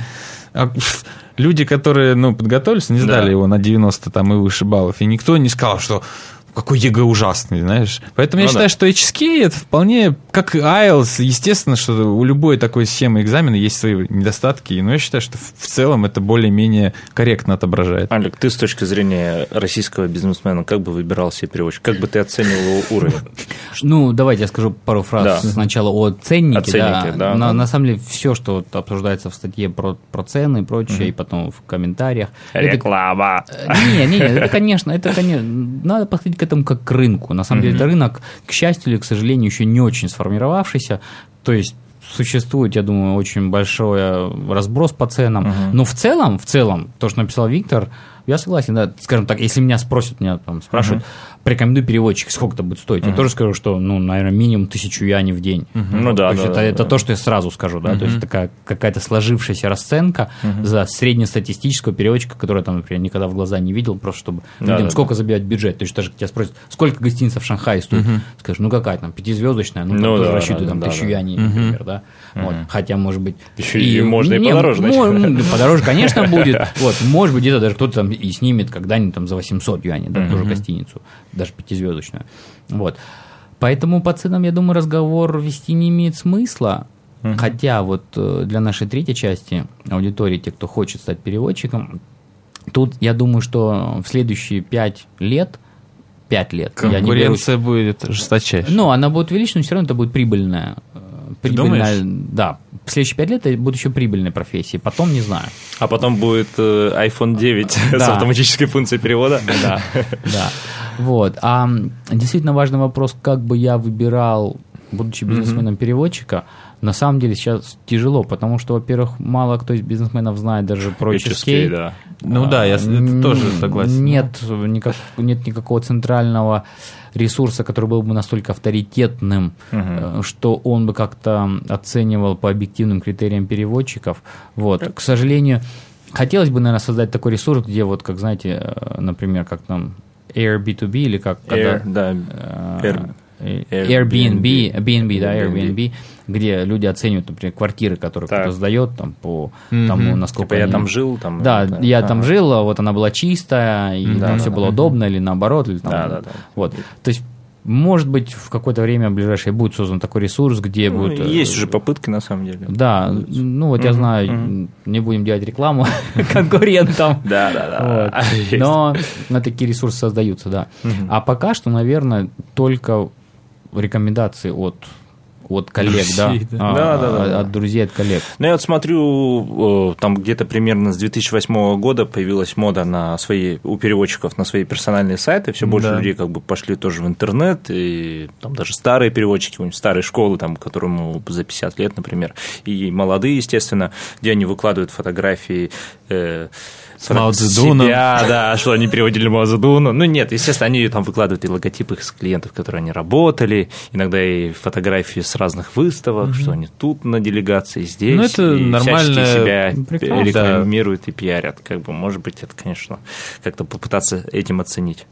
Люди, которые ну, подготовились, не сдали да. его на девяносто там, и выше баллов, и никто не сказал, что какой ЕГЭ ужасный, знаешь. Поэтому ну, я да. считаю, что эйч эс кей это вполне, как и ай эл ти эс, естественно, что у любой такой схемы экзамена есть свои недостатки, но я считаю, что в целом это более-менее корректно отображает. Алик, ты с точки зрения российского бизнесмена как бы выбирал себе переводчик? Как бы ты оценивал его уровень? Ну, давайте я скажу пару фраз да. сначала о ценнике. О ценнике, да. да. На, на самом деле, все, что вот обсуждается в статье про, про цены и прочее, угу. и потом в комментариях. Реклама. Не, не, это, конечно, это, конечно, надо подходить к этому как к рынку. На самом mm-hmm. деле, это рынок, к счастью или к сожалению, еще не очень сформировавшийся. То есть, существует, я думаю, очень большой разброс по ценам. Mm-hmm. Но в целом, в целом, то, что написал Виктор, я согласен, да, скажем так, если меня спросят, меня там спрашивают, mm-hmm. порекомендуй переводчик, сколько это будет стоить, mm-hmm. я тоже скажу, что, ну, наверное, минимум тысячу юаней в день. Mm-hmm. Ну да, то да, это, да, это да. то, что я сразу скажу, да, mm-hmm. то есть такая какая-то сложившаяся расценка mm-hmm. за среднестатистического переводчика, который там, например, никогда в глаза не видел, просто чтобы да, видим, да, сколько да. забивать бюджет. То есть даже тебя спросят, сколько гостиница в Шанхае стоит, mm-hmm. скажешь, ну какая там, пятизвездочная, ну, ну тоже да, рассчитывай да, там да, тысячу да. юаней, Mm-hmm. например, да, mm-hmm. вот, хотя, может быть... Еще и, и можно и не, подороже. м- подороже, конечно, будет, вот, может быть, где-то даже кто-то там и снимет когда-нибудь там за восемьсот юаней, да, mm-hmm. тоже гостиницу, даже пятизвездочную. Вот. Поэтому по ценам, я думаю, разговор вести не имеет смысла. Uh-huh. Хотя вот для нашей третьей части аудитории, те, кто хочет стать переводчиком, тут я думаю, что в следующие пять лет, пять лет... конкуренция берусь, будет жесточайшая. Ну, она будет увеличена, но все равно это будет прибыльная. Прибыльная, да. В следующие пять лет это будут еще прибыльные профессии. Потом не знаю. А потом будет э, айфон девять да. с автоматической функцией перевода. Да, да. Вот. А действительно важный вопрос, как бы я выбирал, будучи бизнесменом-переводчика, на самом деле сейчас тяжело, потому что, во-первых, мало кто из бизнесменов знает даже про эйч эс кей. Да. Ну а, да, я это тоже согласен. Нет, никак, нет никакого центрального ресурса, который был бы настолько авторитетным, угу. что он бы как-то оценивал по объективным критериям переводчиков. Вот. К сожалению, хотелось бы, наверное, создать такой ресурс, где вот, как знаете, например, как там Air би ту би или как... Air, когда, да, Air, Airbnb, Airbnb, да, Airbnb, где люди оценивают, например, квартиры, которые так. кто-то сдает, там, по mm-hmm. тому, насколько... Типа они... я там жил, там... Да, это... я ага. там жил, а вот она была чистая, и да, там да, все да, было да. удобно, или наоборот, или там... Да, да, да. Вот. То есть, может быть, в какое-то время ближайшее будет создан такой ресурс, где ну, будет... Есть уже попытки, на самом деле. Да, ну вот я знаю, не будем делать рекламу конкурентам. Да, да, да. Но такие ресурсы создаются, да. А пока что, наверное, только рекомендации от... от коллег, друзей, да, да. А, Да, да, да, от да. друзей, от коллег. Ну, я вот смотрю, там где-то примерно с две тысячи восьмого года появилась мода на свои, у переводчиков на свои персональные сайты, все больше да. людей как бы пошли тоже в интернет, и там даже старые переводчики, старые школы, там, которому за пятьдесят лет, например, и молодые, естественно, где они выкладывают фотографии э, с Мао Цзэдуном. себя, да, что они переводили Мао Цзэдуна. Ну, нет, естественно, они там выкладывают и логотипы с клиентов, которые они работали, иногда и фотографии с разных выставок, mm-hmm. что они тут на делегации, здесь, ну, это и нормально. себя Прекрасно. рекламируют да. и пиарят. Как бы, может быть, это, конечно, как-то попытаться этим оценить.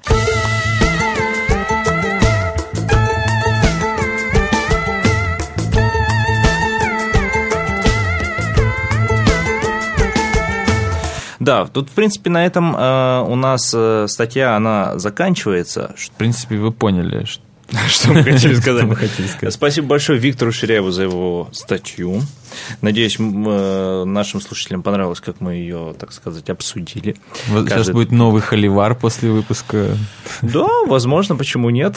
Да, тут, в принципе, на этом э, у нас э, статья, она заканчивается. В принципе, вы поняли, что Что мы хотели сказать. мы хотели сказать. Спасибо большое Виктору Ширяеву за его статью. Надеюсь, нашим слушателям понравилось, как мы ее, так сказать, обсудили. Вот сейчас Каждый... будет новый холивар после выпуска. Да, возможно, почему нет.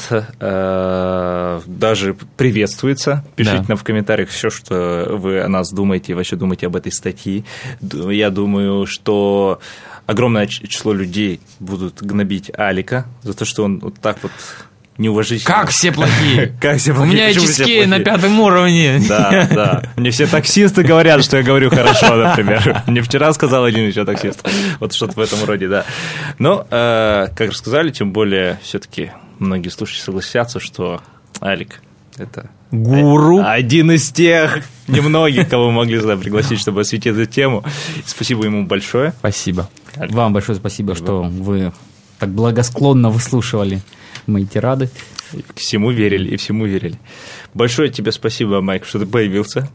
Даже приветствуется. Пишите да. нам в комментариях все, что вы о нас думаете и вообще думаете об этой статье. Я думаю, что огромное число людей будут гнобить Алика за то, что он вот так вот неуважительно. Как все плохие? Как все плохие? У меня эйч эс кей на пятом уровне. Да, да. Мне все таксисты говорят, что я говорю хорошо, например. Мне вчера сказал один еще таксист. Вот что-то в этом роде, да. Но, э, как рассказали, тем более, все-таки многие слушатели согласятся, что Алик – это гуру. Один из тех немногих, кого мы могли сюда пригласить, чтобы осветить эту тему. Спасибо ему большое. Спасибо. Вам большое спасибо, что вы так благосклонно выслушивали мои тирады. К всему верили, и всему верили. Большое тебе спасибо, Майк, что ты появился.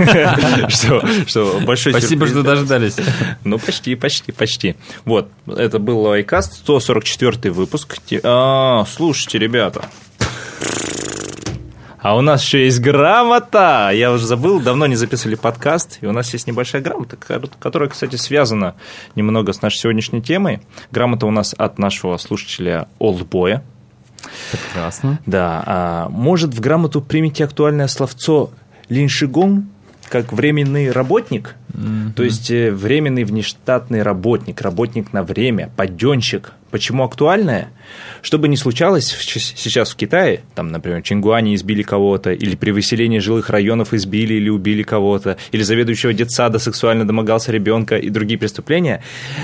Спасибо, что дождались. Ну, почти, почти, почти. Вот, это был Лайкаст, сто сорок четвёртый выпуск. А, слушайте, ребята. А у нас еще есть грамота. Я уже забыл, давно не записывали подкаст. И у нас есть небольшая грамота, которая, кстати, связана немного с нашей сегодняшней темой. Грамота у нас от нашего слушателя Олдбоя. Прекрасно. Да. А, может, в грамоту примите актуальное словцо «линшигон» как временный работник? Mm-hmm. То есть временный внештатный работник, работник на время, паденщик. Почему актуальное? Что бы ни случалось сейчас в Китае, там, например, в Чингуане избили кого-то, или при выселении жилых районов избили или убили кого-то, или заведующего детсада сексуально домогался ребенка и другие преступления,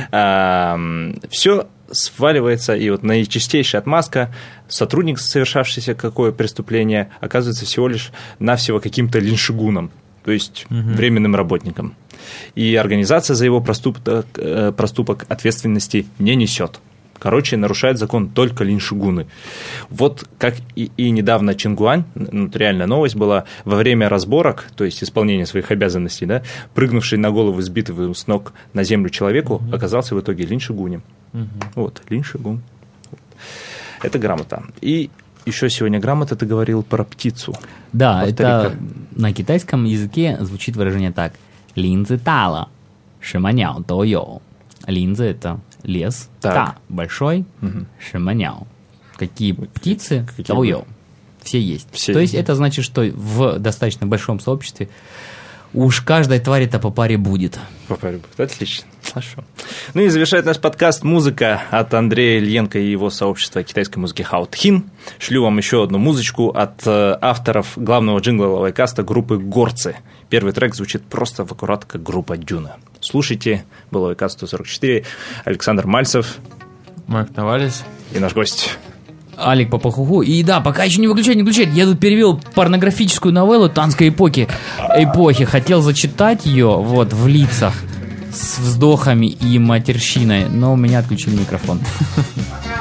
все сваливается, и вот наичистейшая отмазка: сотрудник, совершавшийся какое преступление, оказывается всего лишь навсего каким-то линшигуном, то есть угу. временным работником. И организация за его проступок, проступок ответственности не несет. Короче, нарушает закон только линшигуны. Вот как и, и недавно Чингуань, ну, реальная новость была, во время разборок, то есть исполнения своих обязанностей, да, прыгнувший на голову сбитого с ног на землю человеку, угу. оказался в итоге линшигунем. Угу. Вот, линшигун. Это грамота. И еще сегодня грамота, ты говорил про птицу. Да, повтори-ка. Это на китайском языке звучит выражение так: линзы тала, шиманяо до йоу. Линзы – это лес, та большой, угу. шиманяо. Какие птицы, до йоу. Все есть. Все То есть, есть это значит, что в достаточно большом сообществе уж каждой твари-то по паре будет. По паре будет. Отлично. Хорошо. Ну и завершает наш подкаст музыка от Андрея Ильенко и его сообщества китайской музыки Хаотхин. Шлю вам еще одну музычку от авторов главного джингла Лайкаста группы «Горцы». Первый трек звучит просто в аккурат, как группа «Дюна». Слушайте. Был Лайкаст сто сорок четыре. Александр Мальцев. Марк Навалис. И наш гость Алик Папахуху. И да, пока еще не выключать, не выключать. Я тут перевел порнографическую новеллу танской эпохи. эпохи. Хотел зачитать ее вот в лицах с вздохами и матерщиной, но у меня отключили микрофон.